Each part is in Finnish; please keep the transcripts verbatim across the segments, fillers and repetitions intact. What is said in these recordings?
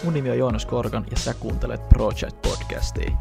Mun nimi on Joonas Korkan ja sä kuuntelet Project-podcastia.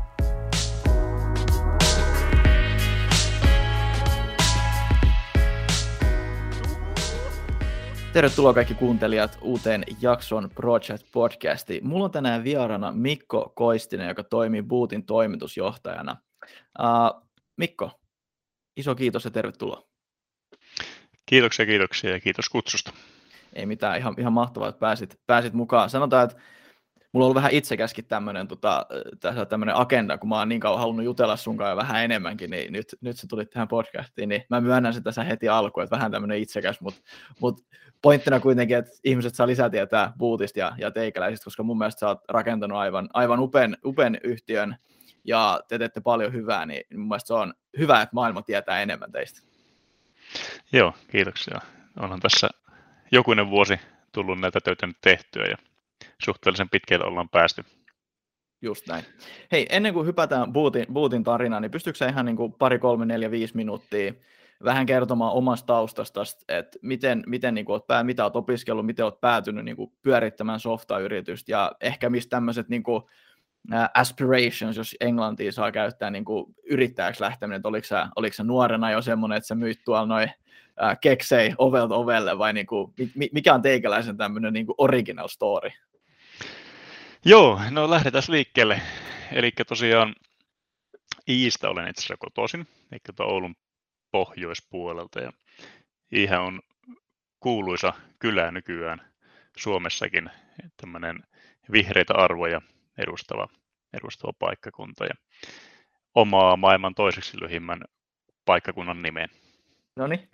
Tervetuloa kaikki kuuntelijat uuteen jakson Project-podcastiin. Mulla on tänään vieraana Mikko Koistinen, joka toimii Bootin toimitusjohtajana. Uh, Mikko, iso kiitos ja tervetuloa. Kiitoksia, kiitoksia ja kiitos kutsusta. Ei mitään, ihan, ihan mahtavaa, että pääsit, pääsit mukaan. Sanotaan, että mulla on ollut vähän itsekäskin tämmöinen tota, agenda, kun mä oon niin kauan halunnut jutella sunkaan ja vähän enemmänkin, niin nyt, nyt sä tulit tähän podcastiin, niin mä myönnän sen tässä heti alkuun, että vähän tämmöinen itsekäs, mutta mut pointtina kuitenkin, että ihmiset saa lisätietää Bootista ja, ja teikäläisistä, koska mun mielestä sä oot rakentanut aivan, aivan upean, upean yhtiön ja te teette paljon hyvää, niin mun mielestä se on hyvä, että maailma tietää enemmän teistä. Joo, kiitoksia. Onhan tässä jokunen vuosi tullut näitä töitä nyt tehtyä ja suhteellisen pitkälle ollaan päästy. Just näin. Hei, ennen kuin hypätään Bootin, Bootin tarinaan, niin pystytkö sä ihan niin kuin pari, kolme, neljä, viisi minuuttia vähän kertomaan omasta taustasta, että miten, miten niin kuin oot pää, mitä olet opiskellut, miten olet päätynyt niin kuin pyörittämään softayritystä ja ehkä mistä tämmöiset niin kuin aspirations, jos englantia saa käyttää niin kuin yrittäjäksi lähteminen, että oliko sä, oliko sä nuorena jo semmoinen, että sä myyt tuolla noin äh, keksei ovelta ovelle vai niin kuin, mikä on teikäläisen tämmöinen niin kuin original story? Joo, no lähdetään liikkeelle. Eli tosiaan Iistä olen itse asiassa kotoisin, eli Oulun pohjoispuolelta. Ja Iihän on kuuluisa kylä nykyään Suomessakin, tämmöinen vihreitä arvoja edustava, edustava paikkakunta ja omaa maailman toiseksi lyhimmän paikkakunnan nimeen. Noniin.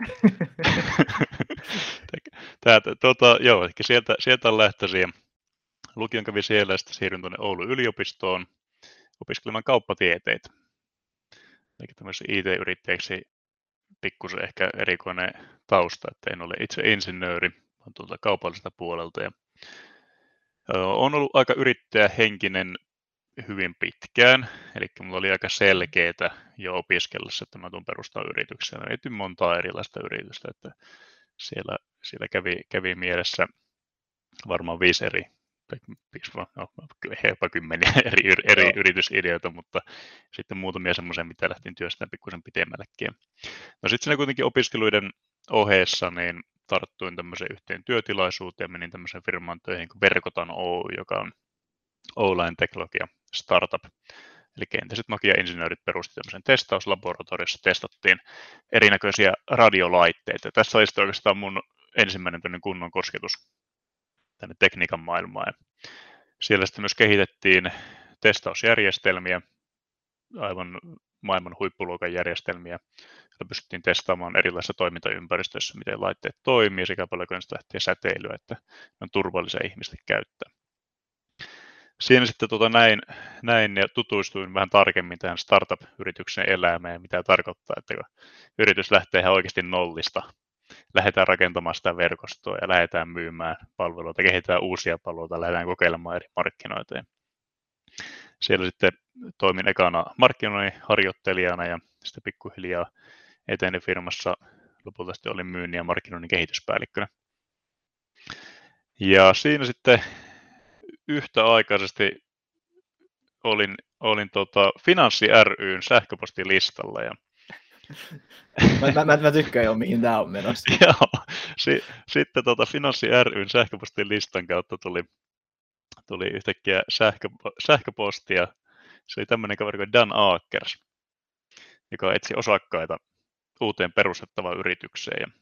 Tää, tuota, joo, sieltä, sieltä on lähtöisin. Lukion kävi siellä ja sitten siirryin tuonne Oulun yliopistoon opiskelemaan kauppatieteitä. Eli tämmöisessä I T-yrittäjäksi pikkusen ehkä erikoinen tausta, että en ole itse insinööri, vaan tuolta kaupallisesta puolelta. Ja olen ollut aika yrittäjähenkinen hyvin pitkään, eli mulla oli aika selkeää jo opiskellessa, että mä tuun perustaa yrityksen. Mä etin montaa erilaista yritystä, että siellä, siellä kävi, kävi mielessä varmaan viisi eri no, jopa kymmeniä eri, eri yritysideoita, mutta sitten muutamia semmoisia, mitä lähtin työstämään pikkusen pitemmällekin. No sitten siinä kuitenkin opiskeluiden ohessa niin tarttuin tämmöiseen yhteen työtilaisuuteen, menin tämmöiseen firmaan töihin kuin Verkotan Oy, joka on Oulainen teknologia startup. Eli entiset Nokia-insinöörit perusti tämmöisen testauslaboratoriossa, testattiin erinäköisiä radiolaitteita. Tässä oli oikeastaan mun ensimmäinen kunnon kosketus tänne tekniikan maailmaan. Ja siellä sitten myös kehitettiin testausjärjestelmiä, aivan maailman huippuluokan järjestelmiä, joilla pystyttiin testaamaan erilaisissa toimintaympäristöissä, miten laitteet toimii, sekä paljonko niistä lähtee säteilyä, että ne on turvallisia ihmisten käyttää. Siinä sitten tuota näin, näin ja tutustuin vähän tarkemmin tähän startup-yrityksen elämään, mitä tarkoittaa, että kun yritys lähtee ihan oikeasti nollista, lähdetään rakentamaan sitä verkostoa ja lähdetään myymään palveluita, kehitetään uusia palveluita, lähdetään kokeilemaan eri markkinoita. Ja siellä sitten toimin ekana markkinoinnin harjoittelijana ja sitten pikkuhiljaa etenin firmassa lopulta sitten olin myynnin ja markkinoinnin kehityspäällikkönä. Ja siinä sitten yhtäaikaisesti olin, olin tota Finanssi ry:n sähköpostilistalla. Ja mä, mä, mä tykkään jo, mihin tämä on menossa. Joo, si, sitten tota Finanssi ry:n sähköpostilistan kautta tuli, tuli yhtäkkiä sähkö, sähköpostia. Se oli tämmöinen kaveri kuin Dan Akers, joka etsi osakkaita uuteen perustettavaan yritykseen. Ja,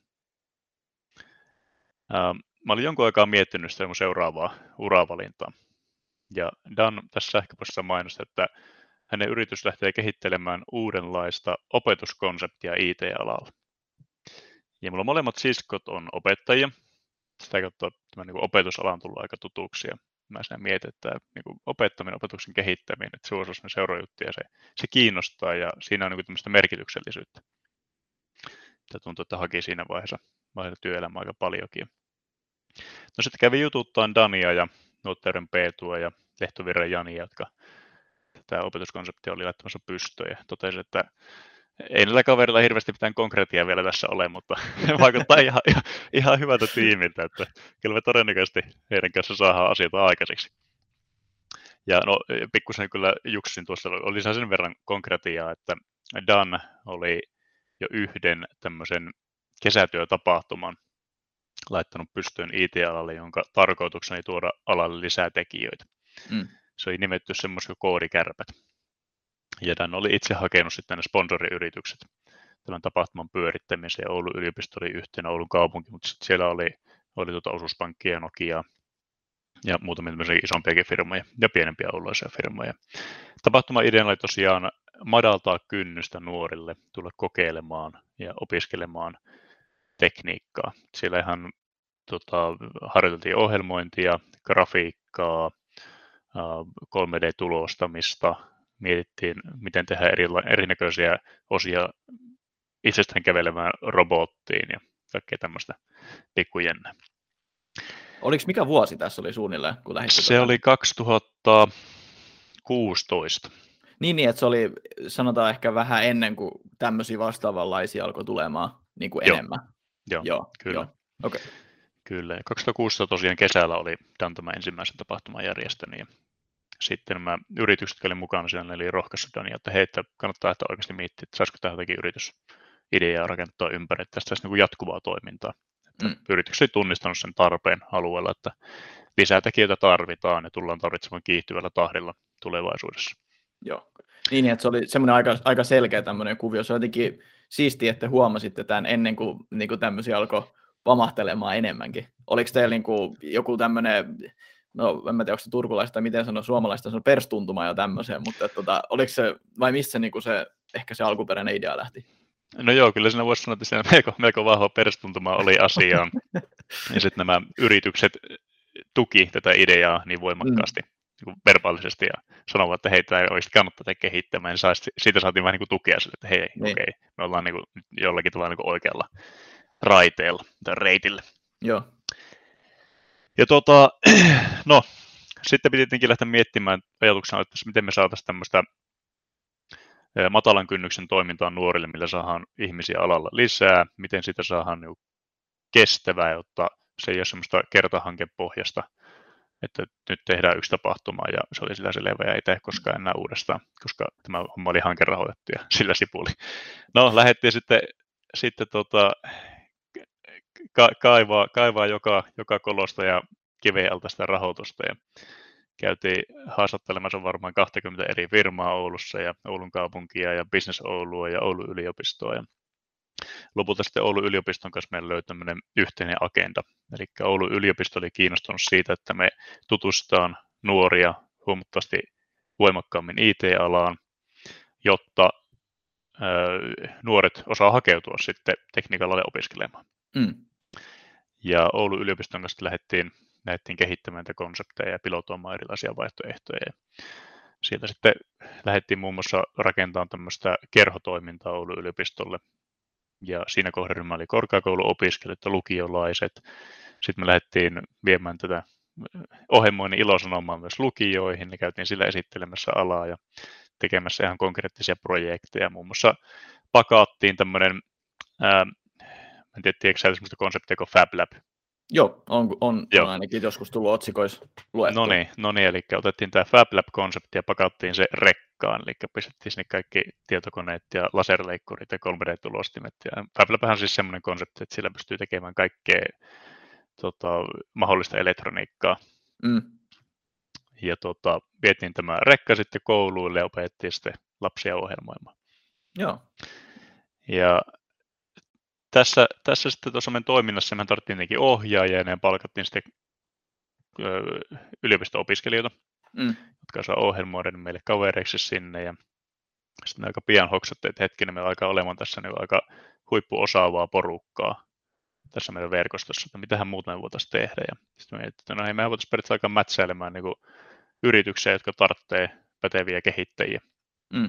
ää, mä olin jonkun aikaa miettinyt sitä mun seuraavaa uravalintaa. Ja Dan tässä sähköpostissa mainosti, että hänen yritys lähtee kehittelemään uudenlaista opetuskonseptia I T-alalla. Ja mulla molemmat siskot on opettajia. Sitä kautta tämä niin kuin opetusala on tullut aika tutuksi. Ja mä siinä mietin, että niin kuin opettaminen, opetuksen kehittäminen, että se on seurajuttu ja se, se kiinnostaa ja siinä on niin kuin tämmöistä merkityksellisyyttä. Tämä tuntuu, että haki siinä vaiheessa, vaiheessa työelämää aika paljonkin. No sitten kävi jututtaan Dania ja Nuotteuden Peetua ja Lehtovirran Jania, jotka tätä opetuskonseptia oli laittamassa pystyyn ja totesi, että ei näillä kaverilla hirveästi mitään konkreettia vielä tässä ole, mutta vaikuttaa ihan, ihan, ihan hyvältä tiimiltä, että kyllä me todennäköisesti heidän kanssa saadaan asioita aikaiseksi. Ja no, pikkusen kyllä juksin tuossa, oli sen verran konkretiaa, että Dan oli jo yhden tämmöisen kesätyötapahtuman laittanut pystyyn I T-alalle, jonka tarkoituksena oli tuoda alalle lisää tekijöitä. Mm. Se oli nimetty semmoiset kuin koodikärpät. Ja Dan oli itse hakenut sitten ne sponsoriyritykset tämän tapahtuman pyörittämiseen. Oulun yliopisto oli yhtenä, Oulun kaupunki, mutta sitten siellä oli, oli tuota osuuspankkia, Nokia ja muutamia isompiakin firmoja ja pienempiä oululaisia firmoja. Tapahtuman ideana oli tosiaan madaltaa kynnystä nuorille tulla kokeilemaan ja opiskelemaan tekniikkaa. Siellä ihan tota, harjoiteltiin ohjelmointia, grafiikkaa, kolme D-tulostamista, mietittiin, miten tehdä eri, erinäköisiä osia itsestään kävelemään robottiin ja kaikkea tämmöistä pikkujennää. Oliko mikä vuosi tässä oli suunnilleen, kun lähdit? Se oli kaksituhattakuusitoista. Niin, niin, että se oli, sanotaan ehkä vähän ennen kuin tämmöisiä vastaavanlaisia alkoi tulemaan niin kuin Joo. enemmän. Joo, Joo, kyllä. Joo. Okay. Kyllä. kaksituhattakuusitoista tosiaan kesällä oli Dan tämä ensimmäisen tapahtuman järjestänyt. Ja sitten nämä yritykset, jotka oli mukana siellä, eli rohkaissut Dania, että hei, että kannattaa että oikeasti miettiä, että saisiko tähän jotakin yritysideaa rakentaa ympäri, että tästä olisi niin jatkuvaa toimintaa. Että mm. Yritykset oli tunnistanut sen tarpeen alueella, että lisää tekijöitä tarvitaan ja tullaan tarvitsemaan kiihtyvällä tahdilla tulevaisuudessa. Joo. Niin, että se oli semmoinen aika, aika selkeä tämmöinen kuvio. Se on jotenkin siistiä, että huomasitte tämän ennen kuin, niin kuin tämmöisiä alkoi pamahtelemaan enemmänkin. Oliko teillä niin kuin joku tämmöinen, no en mä tiedä, onko se turkulaista tai miten sanoa suomalaista, se on perstuntuma ja tämmöiseen, mutta tota, oliko se, vai missä niin kuin se, ehkä se alkuperäinen idea lähti? No joo, kyllä siinä voisi sanoa, että siinä melko, melko vahva perstuntuma oli asiaan. Ja sitten nämä yritykset tuki tätä ideaa niin voimakkaasti. Mm. Niin verbaalisesti ja sanovat, että hei, tämä olisi kannattaa kehittämään, niin siitä saatiin vähän niin kuin tukea sille, että hei, niin. okei, okay, me ollaan niin kuin jollakin tavalla niin kuin oikealla raiteella tai reitillä. Joo. Ja tota, no, sitten piti tietenkin lähteä miettimään ajatuksena, että miten me saataisiin tämmöistä matalan kynnyksen toimintaa nuorille, millä saadaan ihmisiä alalla lisää, miten sitä saadaan niin kestävää, jotta se ei ole semmoista kertahankepohjasta, että nyt tehdään yksi tapahtuma ja se oli sillä selvä ja ei tee koskaan enää uudestaan, koska tämä homma oli hankerahoitettu ja sillä sipuli. No, lähdettiin sitten, sitten tota, ka- kaivaa, kaivaa joka, joka kolosta ja kiveen alta sitä rahoitusta ja käytiin haastattelemassa varmaan kaksikymmentä eri firmaa Oulussa ja Oulun kaupunkia ja Business Oulua ja Oulun yliopistoa. Ja lopulta sitten Oulun yliopiston kanssa meillä löytyi tämmöinen yhteinen agenda. Eli Oulun yliopisto oli kiinnostunut siitä, että me tutustutaan nuoria huomattavasti voimakkaammin I T-alaan, jotta ö, nuoret osaa hakeutua sitten tekniikalla opiskelemaan. Mm. Ja Oulun yliopiston kanssa lähdettiin, lähdettiin kehittämään näitä konsepteja ja pilotoimaan erilaisia vaihtoehtoja. Ja sieltä sitten lähdettiin muun muassa rakentamaan tämmöistä kerhotoimintaa Oulun yliopistolle. Ja siinä kohderyhmä oli korkeakouluopiskelijat ja lukiolaiset. Sitten me lähdettiin viemään tätä ohjelmoinnin ilosanomaa myös lukioihin. Ja käytiin sillä esittelemässä alaa ja tekemässä ihan konkreettisia projekteja. Muun muassa pakaattiin tämmöinen, ää, en tiedä, tiedätkö sellaista konseptia kuin Fab Lab? Joo, on, on, on ainakin joskus tullut otsikoissa luettua. No niin, no niin, eli otettiin tämä Fab Lab-konsepti ja pakattiin se rekkaan, eli pistettiin sinne kaikki tietokoneet ja laserleikkurit ja kolme D-tulostimet. Ja Fab Lab on siis semmoinen konsepti, että sillä pystyy tekemään kaikkea tota, mahdollista elektroniikkaa. Mm. Ja tota, vietiin tämä rekka sitten kouluille ja opetettiin sitten lapsia ohjelmoimaan. Joo. Ja tässä, tässä sitten tuossa meidän toiminnassa me tarvittiin tietenkin ohjaajia ja ne palkattiin sitten yliopisto-opiskelijoita, mm. jotka saa ohjelmoida meille kavereiksi sinne. Ja sitten aika pian hoksattiin, että hetkinen, meillä alkaa olemaan tässä niin aika huippuosaavaa porukkaa tässä meidän verkostossa, että mitähän muuta me voitaisiin tehdä. Ja sitten me mietittiin, no hei, mehän voitaisiin periaatteessa alkaa mätsäilemään niin kuin yrityksiä, jotka tarvitsee päteviä kehittäjiä. Mm.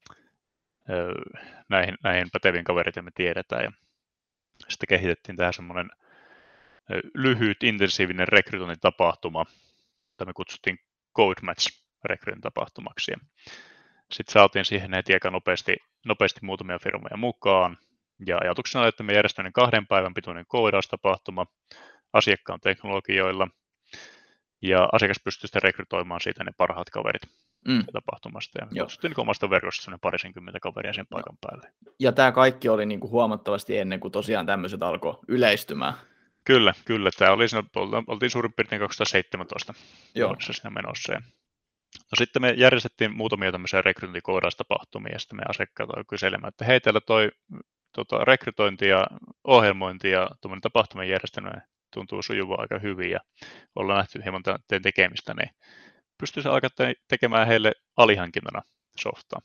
Näihin, näihin päteviin kavereita me tiedetään. Ja sitten kehitettiin tähän semmoinen lyhyt, intensiivinen rekrytointitapahtuma, jota me kutsuttiin Code Match-rekrytointitapahtumaksi. Sitten saatiin siihen heti aika nopeasti, nopeasti muutamia firmoja mukaan. Ja ajatuksena oli, että me järjestämme kahden päivän pituinen koodaustapahtuma asiakkaan teknologioilla. Ja asiakas pystyy sitten rekrytoimaan siitä ne parhaat kaverit Mm. tapahtumasta. Ja kutsuttiin niin omasta verkosta sellainen parisenkymmentä kaveria sen paikan päälle. Ja tämä kaikki oli niin kuin huomattavasti ennen kuin tosiaan tämmöiset alkoi yleistymään. Kyllä, kyllä. Tämä oli siinä, oltiin suurin piirtein kaksituhattaseitsemäntoista Joo. vuodessa siinä menossa. No sitten me järjestettiin muutamia tämmöisiä rekrytointikoodaustapahtumia, ja sitten me asiakkaat oli kyselemään, että hei, täällä toi tota, rekrytointi ja ohjelmointi ja tuommoinen tapahtumien järjestäminen tuntuu sujuvaa aika hyvin, ja ollaan nähty hieman teidän tekemistä, niin pystyisi alkaa tekemään heille alihankintana softaa.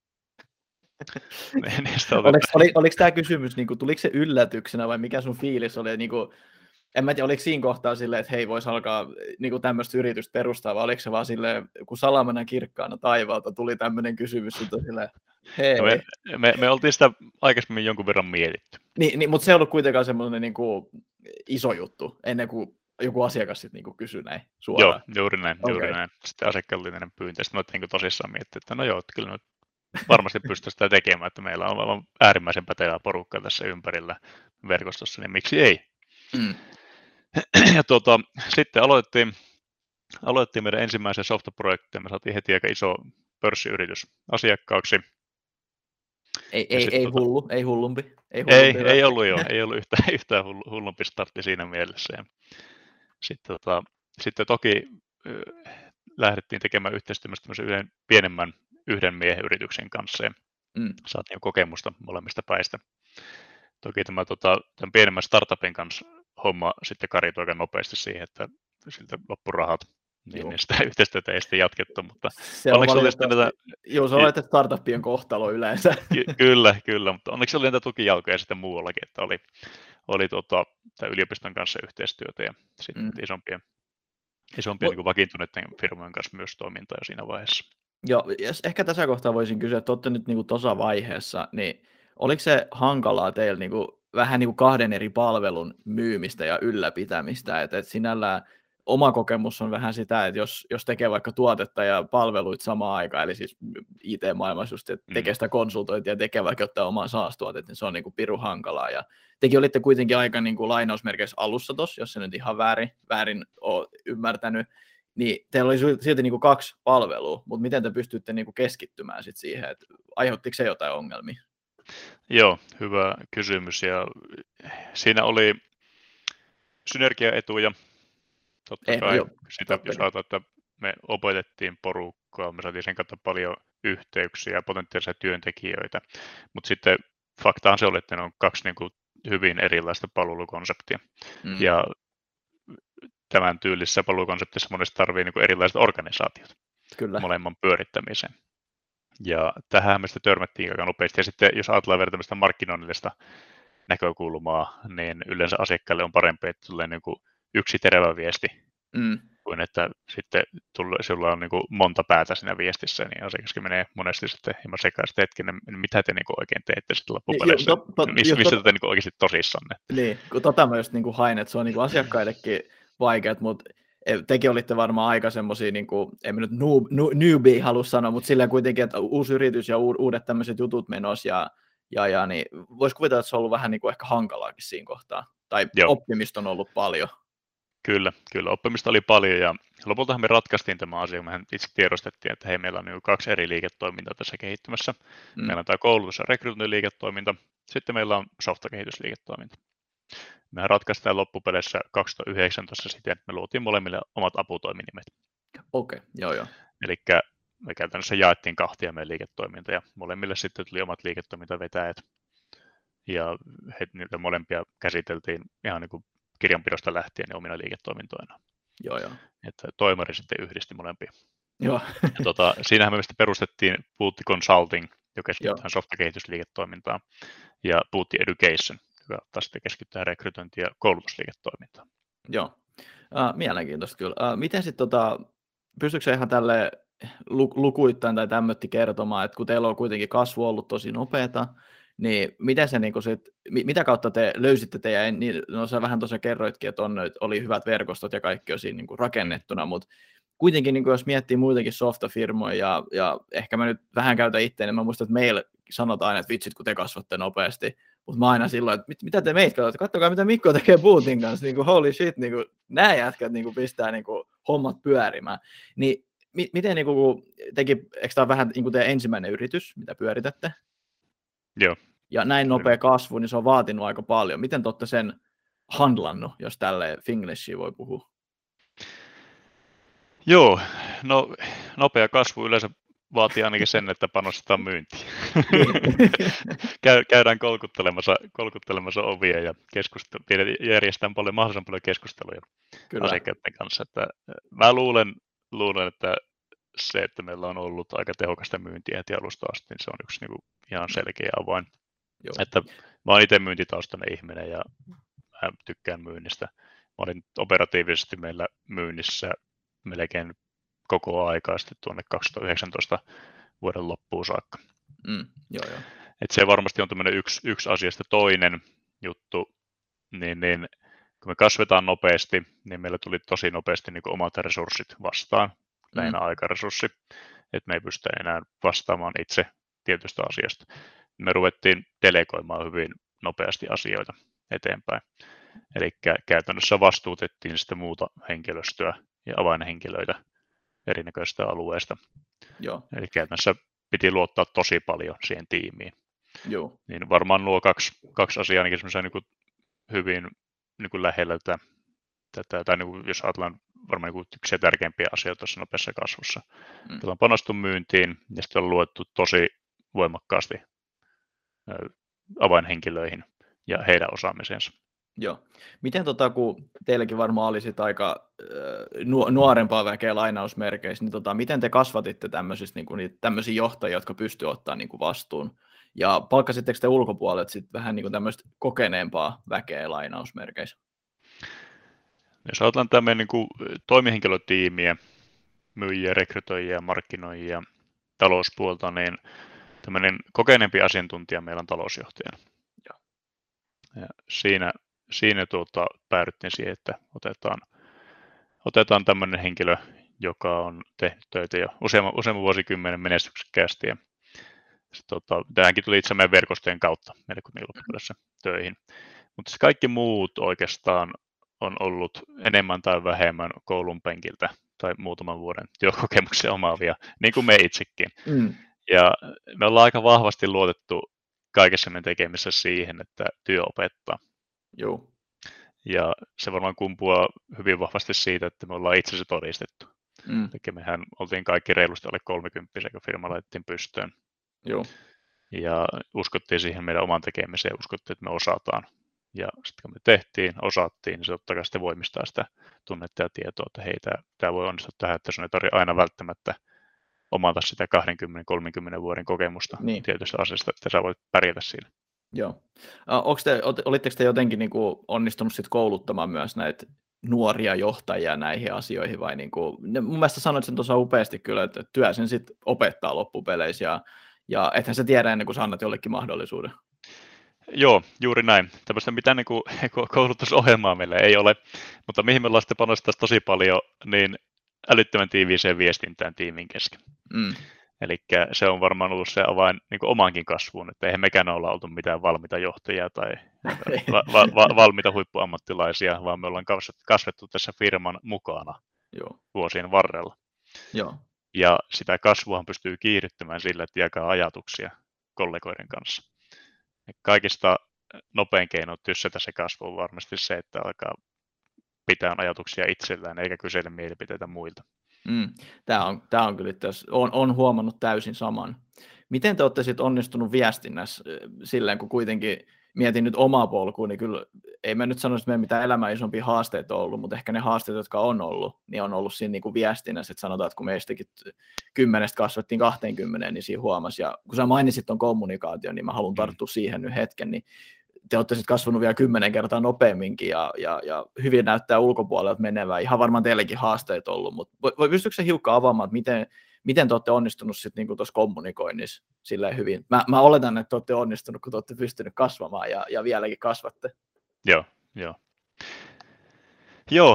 oliko, oli, oliko tämä kysymys, niin kuin, tuliko se yllätyksenä vai mikä sun fiilis oli? Niin kuin, en mä tiedä, oliko siinä kohtaa silleen, että hei, voisi alkaa niin kuin tämmöistä yritystä perustaa, vai oliko se vaan silleen, kun salamana kirkkaana taivaalta tuli tämmöinen kysymys, että silleen, hei. No me, me, me oltiin sitä aikaisemmin jonkun verran mietitty. Niin, niin, mutta se ei ollut kuitenkaan semmoinen niin kuin iso juttu, ennen kuin joku asiakas sitten niin kuin kysyi näin suoraan. Joo, juuri näin, okay. juuri näin. Sitten asiakkaalla oli näiden pyyntö, sitten mä niin tosissaan miettiä, että no joo, että kyllä me varmasti pystyy sitä tekemään, että meillä on aivan äärimmäisen pätevää porukkaa tässä ympärillä verkostossa, niin miksi ei? Mm. Ja tuota, sitten aloitettiin, aloitettiin meidän ensimmäisen softaprojektia, me saatiin heti aika iso pörssiyritys asiakkaaksi. Ei, ei, ei, tuota, hullu, ei hullumpi. Ei, hullumpi ei, ei ollut jo, ei ollut yhtään, yhtään hullumpi startti siinä mielessä. Ja sitten, tota, sitten toki äh, lähdettiin tekemään yhteistyötä yhden pienemmän yhden miehen yrityksen kanssa ja mm. saatiin jo kokemusta molemmista päistä. Toki tämä tota, tämän pienemmän startupin kanssa homma sitten karitui aika nopeasti siihen, että siltä loppurahat, niin, niin sitä yhteistyötä ei sitten jatkettu, mutta se onneksi oli sitä... Näitä... Joo, se on että startupien kohtalo yleensä. Ky- kyllä, kyllä, mutta onneksi oli näitä tukijalkoja sitten muuallakin, että oli, oli tota, yliopiston kanssa yhteistyötä ja sitten mm. isompien, isompien Mut... niin vakiintuneiden firmojen kanssa myös toimintaa jo siinä vaiheessa. Joo, jos ehkä tässä kohtaa voisin kysyä, että olette nyt niin tuossa vaiheessa, niin oliko se hankalaa teillä niin kuin, vähän niin kuin kahden eri palvelun myymistä ja ylläpitämistä, että, että sinällään oma kokemus on vähän sitä, että jos, jos tekee vaikka tuotetta ja palveluita samaan aikaan, eli siis I T-maailmassa just, että tekee sitä konsultointia ja tekee vaikka ottaa omaa SaaS-tuotetta, niin se on niin kuin pirun hankalaa. Ja tekin olitte kuitenkin aika niin kuin lainausmerkeissä alussa tuossa, jos se nyt ihan väärin, väärin ole ymmärtänyt, niin teillä oli silti niin kuin kaksi palvelua, mutta miten te pystytte niin kuin keskittymään sit siihen, että aiheuttiko se jotain ongelmia? Joo, hyvä kysymys, ja siinä oli synergiaetuja. Totta kai eh, sitä, jos ajatellaan, että me opetettiin porukkaa, me saatiin sen kautta paljon yhteyksiä ja potentiaalisia työntekijöitä, mutta sitten faktaan se oli, että ne on kaksi niin kuin hyvin erilaista palvelukonseptia. Mm. Ja tämän tyylisessä palvelukonseptissa monesti tarvitsee niin kuin erilaiset organisaatiot Kyllä. molemman pyörittämiseen. Ja tähän me sitten törmättiin aika nopeasti. Ja sitten jos ajatellaan vielä tämmöistä markkinoinnillista näkökulmaa, niin yleensä asiakkaille on parempi, että tulee niin kuin yksi terävä viesti, mm. kuin että sitten tulla, sulla on niin kuin monta päätä siinä viestissä, niin asiakaskin menee monesti sitten hieman sekaisin, että hetkinen, mitä te niin kuin oikein teette sitten loppupeleissä, jo, to, to, missä, missä to, te niin kuin oikeasti tosissanne. Niin, kun tota mä just niin kuin hain, että se on niin kuin asiakkaillekin vaikeat, mutta tekin olitte varmaan aika semmoisia, niin kuin, en nyt noob, newbie halua sanoa, mutta sillä kuitenkin, että uusi yritys ja uudet tämmöiset jutut menossa, ja, ja, ja niin voisi kuvitella, että se on ollut vähän niin kuin ehkä hankalaakin siinä kohtaa, tai Joo. oppimista on ollut paljon. Kyllä, kyllä, oppimista oli paljon, ja lopultahan me ratkaistiin tämä asia, mehän itse tiedostettiin, että hei, meillä on niin kaksi eri liiketoimintaa tässä kehittymässä. Mm. Meillä on tämä koulutus- ja rekrytointiliiketoiminta, sitten meillä on softakehitysliiketoiminta. Mehän ratkaistaan loppupeleissä kaksituhattayhdeksäntoista siten, että me luotiin molemmille omat aputoiminimet. Okei, okay, joo joo. Eli me käytännössä jaettiin kahtia meidän liiketoiminta, ja molemmille sitten tuli omat liiketoimintavetäjät. Ja he, niitä molempia käsiteltiin ihan niin kuin kirjanpidosta lähtien ja omina liiketoimintoina. Joo joo. Että toimari sitten yhdisti molempia. Joo. Ja tota, siinähän me perustettiin Booty Consulting, joka keskittyy tähän softakehitysliiketoimintaan, ja Booty Education, joka taas sitten keskittää rekrytointi- ja koulutusliiketoimintaan. Joo, uh, mielenkiintoista kyllä. Uh, miten sitten, tota, pystyykö se ihan tälle lukuittain tai tämmötti kertomaan, että kun teillä on kuitenkin kasvu ollut tosi nopeata, niin miten se, niin sit, mitä kautta te löysitte teidän, niin, no sä vähän tuossa kerroitkin, että on, oli hyvät verkostot ja kaikki on siinä niin kuin rakennettuna, mutta kuitenkin niin kuin jos miettii muitakin softafirmoja ja, ja ehkä mä nyt vähän käytän itseäni, niin mä muistan, että meillä sanotaan aina, että vitsit kun te kasvatte nopeasti, mutta mä aina silloin, että mit, mitä te meitä katsotte, katsokaa mitä Mikko tekee Bootin kanssa, niin kuin holy shit, niin kuin, nämä jätkät niin kuin pistää niin kuin hommat pyörimään. Niin mi- miten niin kuin, teki, eikö tämä vähän niin kuin teidän ensimmäinen yritys, mitä pyöritätte? Joo. Ja näin nopea kasvu, niin se on vaatinut aika paljon. Miten te olette sen handlannut, jos tälleen Finglishia voi puhua? Joo, no nopea kasvu yleensä vaatii ainakin sen, että panostetaan myyntiin. Käydään kolkuttelemassa, kolkuttelemassa ovia ja järjestetään paljon, mahdollisimman paljon keskusteluja Kyllä. asiakkaiden kanssa. Että mä luulen, luulen, että se, että meillä on ollut aika tehokasta myyntiä heti alusta asti, niin se on yksi niin kuin ihan selkeä avain. Joo. Että mä oon itse myyntitaustainen ihminen ja mä tykkään myynnistä. Mä olin operatiivisesti meillä myynnissä melkein koko aikaa sitten tuonne kaksituhattayhdeksäntoista vuoden loppuun saakka. Mm, joo, joo. Et se varmasti on tämmöinen yksi, yksi asiasta. Toinen juttu, niin, niin kun me kasvetaan nopeasti, niin meillä tuli tosi nopeasti niin kuin omat resurssit vastaan, mm. lähinnä aikaresurssi, että me ei pystytä enää vastaamaan itse tietystä asiasta. Me ruvettiin delegoimaan hyvin nopeasti asioita eteenpäin. Eli käytännössä vastuutettiin sitten muuta henkilöstöä ja avainhenkilöitä erinäköistä alueesta. Joo. Eli käytännössä piti luottaa tosi paljon siihen tiimiin. Joo. Niin varmaan nuo kaksi, kaksi asiaa ainakin semmoisia niin kuin hyvin niin kuin lähellä tätä, tätä tai niin kuin, jos ajatellaan varmaan niin kuin yksi tärkeimpiä asioita tuossa nopeassa kasvussa. Mm. Tällä on panostu myyntiin ja sitten on luettu tosi voimakkaasti avainhenkilöihin ja heidän osaamiseensa. Joo. Miten tota, kun teilläkin varmaan oli sit aika äh, nuorempaa väkeä lainausmerkeissä, niin tota, miten te kasvatitte tämmöisistä niin kuin, tämmöisiä johtajia, jotka pystyvät ottaa niin kuin vastuun? Ja palkkasitteko te ulkopuolelta sit vähän niin kuin tämmöistä kokeneempaa väkeä lainausmerkeissä? Jos ajatellaan tämmöinen niin kuin toimihenkilötiimiä, myyjiä, rekrytoijia, markkinoijia, talouspuolta, niin tämmöinen kokeneempi asiantuntija meillä on talousjohtajana. Ja. Ja siinä Siinä tuota, päädyttiin siihen, että otetaan, otetaan tämmöinen henkilö, joka on tehnyt töitä jo useamman, useamman vuosikymmenen menestyksekkäästi. Ja tuota, tähänkin tuli itse meidän verkostojen kautta meille loppuudessa töihin. Mutta kaikki muut oikeastaan on ollut enemmän tai vähemmän koulun penkiltä tai muutaman vuoden työkokemuksen omaavia, niin kuin me itsekin. Mm. Ja me ollaan aika vahvasti luotettu kaikessa meidän tekemisessä siihen, että työ opettaa. Joo. Ja se varmaan kumpuaa hyvin vahvasti siitä, että me ollaan itse se todistettu. Mm. Eli mehän oltiin kaikki reilusti alle kolmekymppisiä, kun firma laitettiin pystyyn. Joo. Ja uskottiin siihen meidän oman tekemiseen, uskottiin, että me osataan. Ja sitten kun me tehtiin, osattiin, niin se totta kai sitten voimistaa sitä tunnetta ja tietoa, että hei, tämä, tämä voi onnistua tähän, että sun ei tarvitse aina välttämättä omata sitä kaksikymmentä kolmekymmentä vuoden kokemusta niin. tietystä asiasta, että sä voit pärjätä siinä. Joo. Te, olitteko te jotenkin niin kuin onnistunut sit kouluttamaan myös näitä nuoria johtajia näihin asioihin? Vai niin kuin, mun mielestä sanoit sen tuossa upeasti kyllä, että työ sen sitten opettaa loppupeleissä ja, ja ethän sä tiedä ennen kuin sä annat jollekin mahdollisuuden. Joo, juuri näin. Tämmöistä mitään niin kuin koulutusohjelmaa meillä ei ole, mutta mihin me ollaan sitten panostetaan tosi paljon, niin älyttömän tiiviiseen viestintään tiimin kesken. Mm. Eli se on varmaan ollut se avain niin kuin omaankin kasvuun, että eihän mekään olla oltu mitään valmiita johtajia tai va- va- va- valmiita huippuammattilaisia, vaan me ollaan kasvettu tässä firman mukana Joo. vuosien varrella. Joo. Ja sitä kasvuahan pystyy kiihdyttämään sillä, että jakaa ajatuksia kollegoiden kanssa. Ja kaikista nopein keino tyssätä se kasvu on varmasti se, että alkaa pitää ajatuksia itsellään eikä kysellä mielipiteitä muilta. Mm. Tämä on, tämä on kyllä, on, on huomannut täysin saman. Miten te olette sitten onnistunut viestinnässä silleen, kun kuitenkin mietin nyt omaa polkua, niin kyllä ei mä nyt sano, että meidän mitään elämän isompia haasteita on ollut, mutta ehkä ne haasteet, jotka on ollut, niin on ollut siinä niin kuin viestinnässä, että sanotaan, että kun meistäkin kymmenestä kasvettiin kahteenkymmeneen, niin siinä huomasi, ja kun sä mainitsit ton kommunikaation, niin mä haluan tarttua siihen nyt hetken, niin te olette sitten kasvanut vielä kymmenen kertaa nopeamminkin, ja, ja, ja hyvin näyttää ulkopuolelta menevää. Ihan varmaan teillekin haasteet ollut, mutta voi, pystyykö se hiukan avaamaan, että miten, miten te olette onnistunut sitten niinku tuossa kommunikoinnissa silleen hyvin? Mä, mä oletan, että te olette onnistunut, kun te olette pystynyt kasvamaan, ja, ja vieläkin kasvatte. Joo, joo. Joo,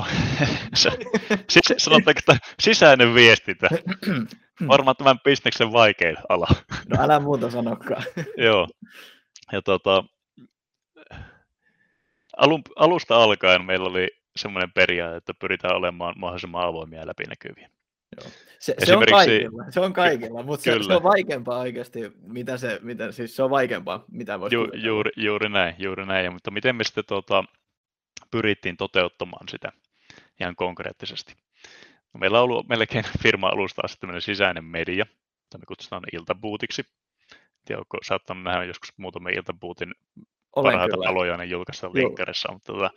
sanotaanko, että sisäinen viestintä. Varmaan tämän bisneksen vaikein ala. No älä muuta sanokaan. Joo, ja tota... Alun, alusta alkaen meillä oli semmoinen periaate, että pyritään olemaan mahdollisimman avoimia ja läpinäkyviä. Joo. Se, se on kaikilla, se on kaikilla, mutta se, se on vaikeampaa oikeasti, mitä se, mitä, siis se on vaikeampaa, mitä voisi Ju, kuvitella. juuri, juuri näin, juuri näin, mutta miten me sitten tuota, pyrittiin toteuttamaan sitä ihan konkreettisesti. No, meillä on ollut melkein firma alusta asti tämmöinen sisäinen media, jota me kutsutaan iltabuutiksi. Tiedä, onko saattanut nähdä joskus muutamia iltabuutin Olen parhaita kyllä. paloja, niin julkaistaan linkkarissa, mutta tota,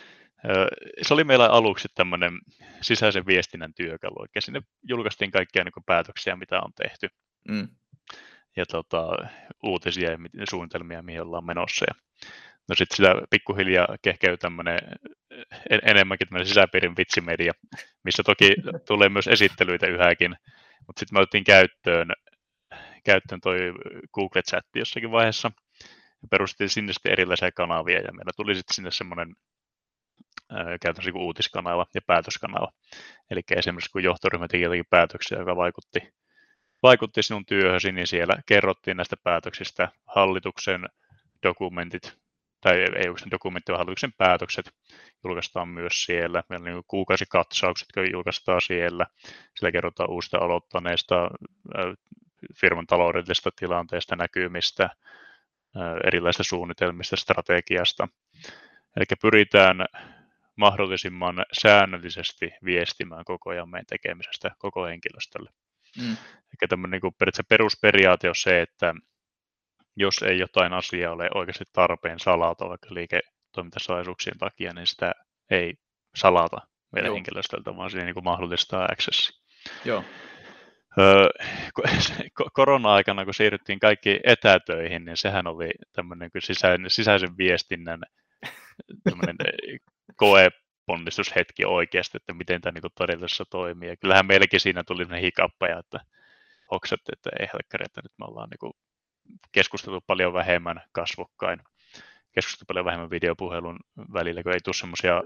se oli meillä aluksi tämmöinen sisäisen viestinnän työkalu, ja sinne julkaistiin kaikkia niin kuin päätöksiä, mitä on tehty, mm. ja tota, uutisia ja suunnitelmia, mihin ollaan menossa. Ja no sitten sitä pikkuhiljaa kehkeytyy tämmöinen en, enemmänkin tämmöinen sisäpiirin vitsimedia, missä toki tulee myös esittelyitä yhäkin, mutta sitten me otettiin käyttöön, käyttöön toi Google Chatti jossakin vaiheessa, ja perustettiin sinne sitten erilaisia kanavia, ja meillä tuli sitten sinne semmoinen käytännössä niin uutiskanava ja päätöskanava. Eli esimerkiksi kun johtoryhmä teki jotakin päätöksiä, joka vaikutti, vaikutti sinun työhösi, niin siellä kerrottiin näistä päätöksistä hallituksen dokumentit, tai ei oikeastaan dokumentti, vaan hallituksen päätökset julkaistaan myös siellä. Meillä on niin kuukausikatsaukset, jotka julkaistaan siellä. Siellä kerrotaan uusista aloittaneista firman taloudellisesta tilanteesta, näkymistä, erilaisista suunnitelmista, strategiasta. Eli pyritään mahdollisimman säännöllisesti viestimään koko ajan meidän tekemisestä koko henkilöstölle. Mm. Eli tämmöinen niin periaatteessa perusperiaate on se, että jos ei jotain asiaa ole oikeasti tarpeen salata vaikka liiketoimintasalaisuuksien takia, niin sitä ei salata meidän Joo. henkilöstöltä, vaan siihen niin mahdollistaa accessi. Joo. Öö, korona-aikana, kun siirryttiin kaikki etätöihin, niin sehän oli tämmöinen sisäinen, sisäisen viestinnän tämmöinen koeponnistushetki oikeasti, että miten tämä niin todellisuudessa toimii. Ja kyllähän meillekin siinä tuli sellainen hikappeja, että hoksatte, että ei helkkari, että nyt me ollaan niin keskusteltu paljon vähemmän kasvokkain, keskusteltu paljon vähemmän videopuhelun välillä, kun ei tule semmoisia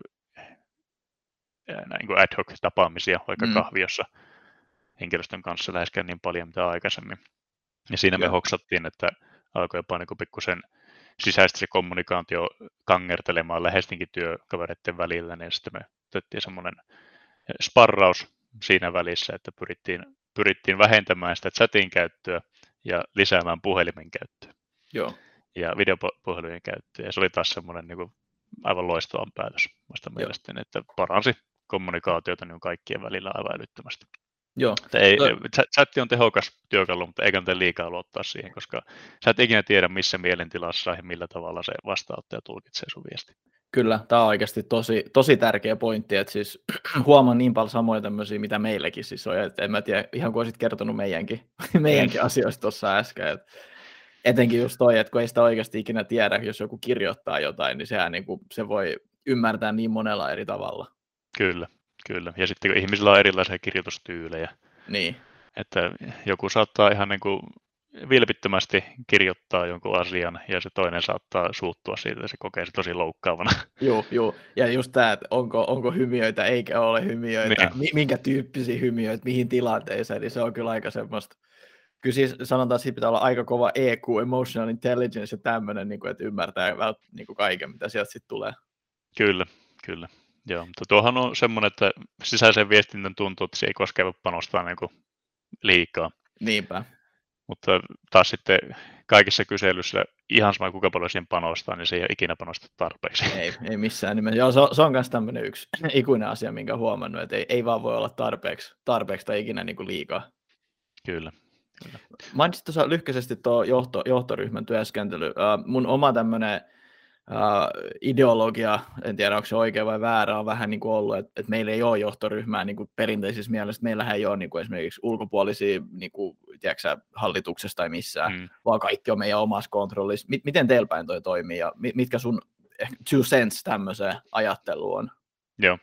niin ad hoc tapaamisia vaikka mm. kahviossa henkilöstön kanssa läheskään niin paljon mitä aikaisemmin. Ja siinä Joo. me hoksattiin, että alkoi jopa niin pikkusen sisäisesti se kommunikaatio kangertelemaan lähestinkin työkavereiden välillä, niin sitten me otettiin semmoinen sparraus siinä välissä, että pyrittiin, pyrittiin vähentämään sitä chatin käyttöä ja lisäämään puhelimen käyttöä Joo. ja videopuhelujen käyttöä. Ja se oli taas semmoinen niin kuin aivan loistava päätös vasta mielestäni, että paransi kommunikaatiota niin kaikkien välillä aivan älyttömästi. Joo. Ei, chatti on tehokas työkalu, mutta ei kannata liikaa luottaa siihen, koska sä et ikinä tiedä, missä mielentilassa ja millä tavalla se vastaanottaja tulkitsee sun viesti. Kyllä, tämä on oikeasti tosi, tosi tärkeä pointti, että siis huomaan niin paljon samoja tämmöisiä, mitä meillekin siis on, että en mä tiedä, ihan kuin olisit kertonut meidänkin, meidänkin asioista tuossa äsken, että etenkin just toi, että kun ei sitä oikeasti ikinä tiedä, jos joku kirjoittaa jotain, niin sehän niin kuin, se voi ymmärtää niin monella eri tavalla. Kyllä. Kyllä, ja sitten kun ihmisillä on erilaisia kirjoitustyylejä, niin. että joku saattaa ihan niin kuin vilpittömästi kirjoittaa jonkun asian, ja se toinen saattaa suuttua siitä, että se kokee se tosi loukkaavana. Joo, joo. Ja just tämä, että onko, onko hymiöitä eikä ole hymiöitä, niin. minkä tyyppisiä hymiöitä, mihin tilanteeseen, niin se on kyllä aika semmoista. Kyllä siis sanotaan, että pitää olla aika kova E Q, emotional intelligence ja tämmöinen, niin kuin, että ymmärtää niin kuin kaiken, mitä sieltä sitten tulee. Kyllä, kyllä. Joo, mutta tuohan on semmoinen, että sisäisen viestinnän tuntuu, että se ei koskaan voi panostaa niin kuin liikaa. Niinpä. Mutta taas sitten kaikissa kyselyissä ihan sama kuinka paljon siihen panostaa, niin se ei ole ikinä panostettu tarpeeksi. Ei, ei missään nimessä. Joo, se on, se on myös tämmöinen yksi ikuinen asia, minkä huomannut, että ei, ei vaan voi olla tarpeeksi, tarpeeksi tai ikinä niin kuin liikaa. Kyllä. Kyllä. Mainitsit tuossa lyhkäisesti tuo johto, johtoryhmän työskentely. Uh, mun oma tämmöinen Uh, ideologia, en tiedä onko se oikein vai väärä, on vähän niin kuin ollut, että, että meillä ei ole johtoryhmää niin kuin perinteisissä mielessä, meillähän ei ole niin kuin esimerkiksi ulkopuolisia niin kuin, tiedätkö, hallituksesta tai missään, mm. vaan kaikki on meidän omassa kontrollissa. M- miten teillä päin toi toimii ja mitkä sun two cents tämmöiseen ajatteluun on? Joo.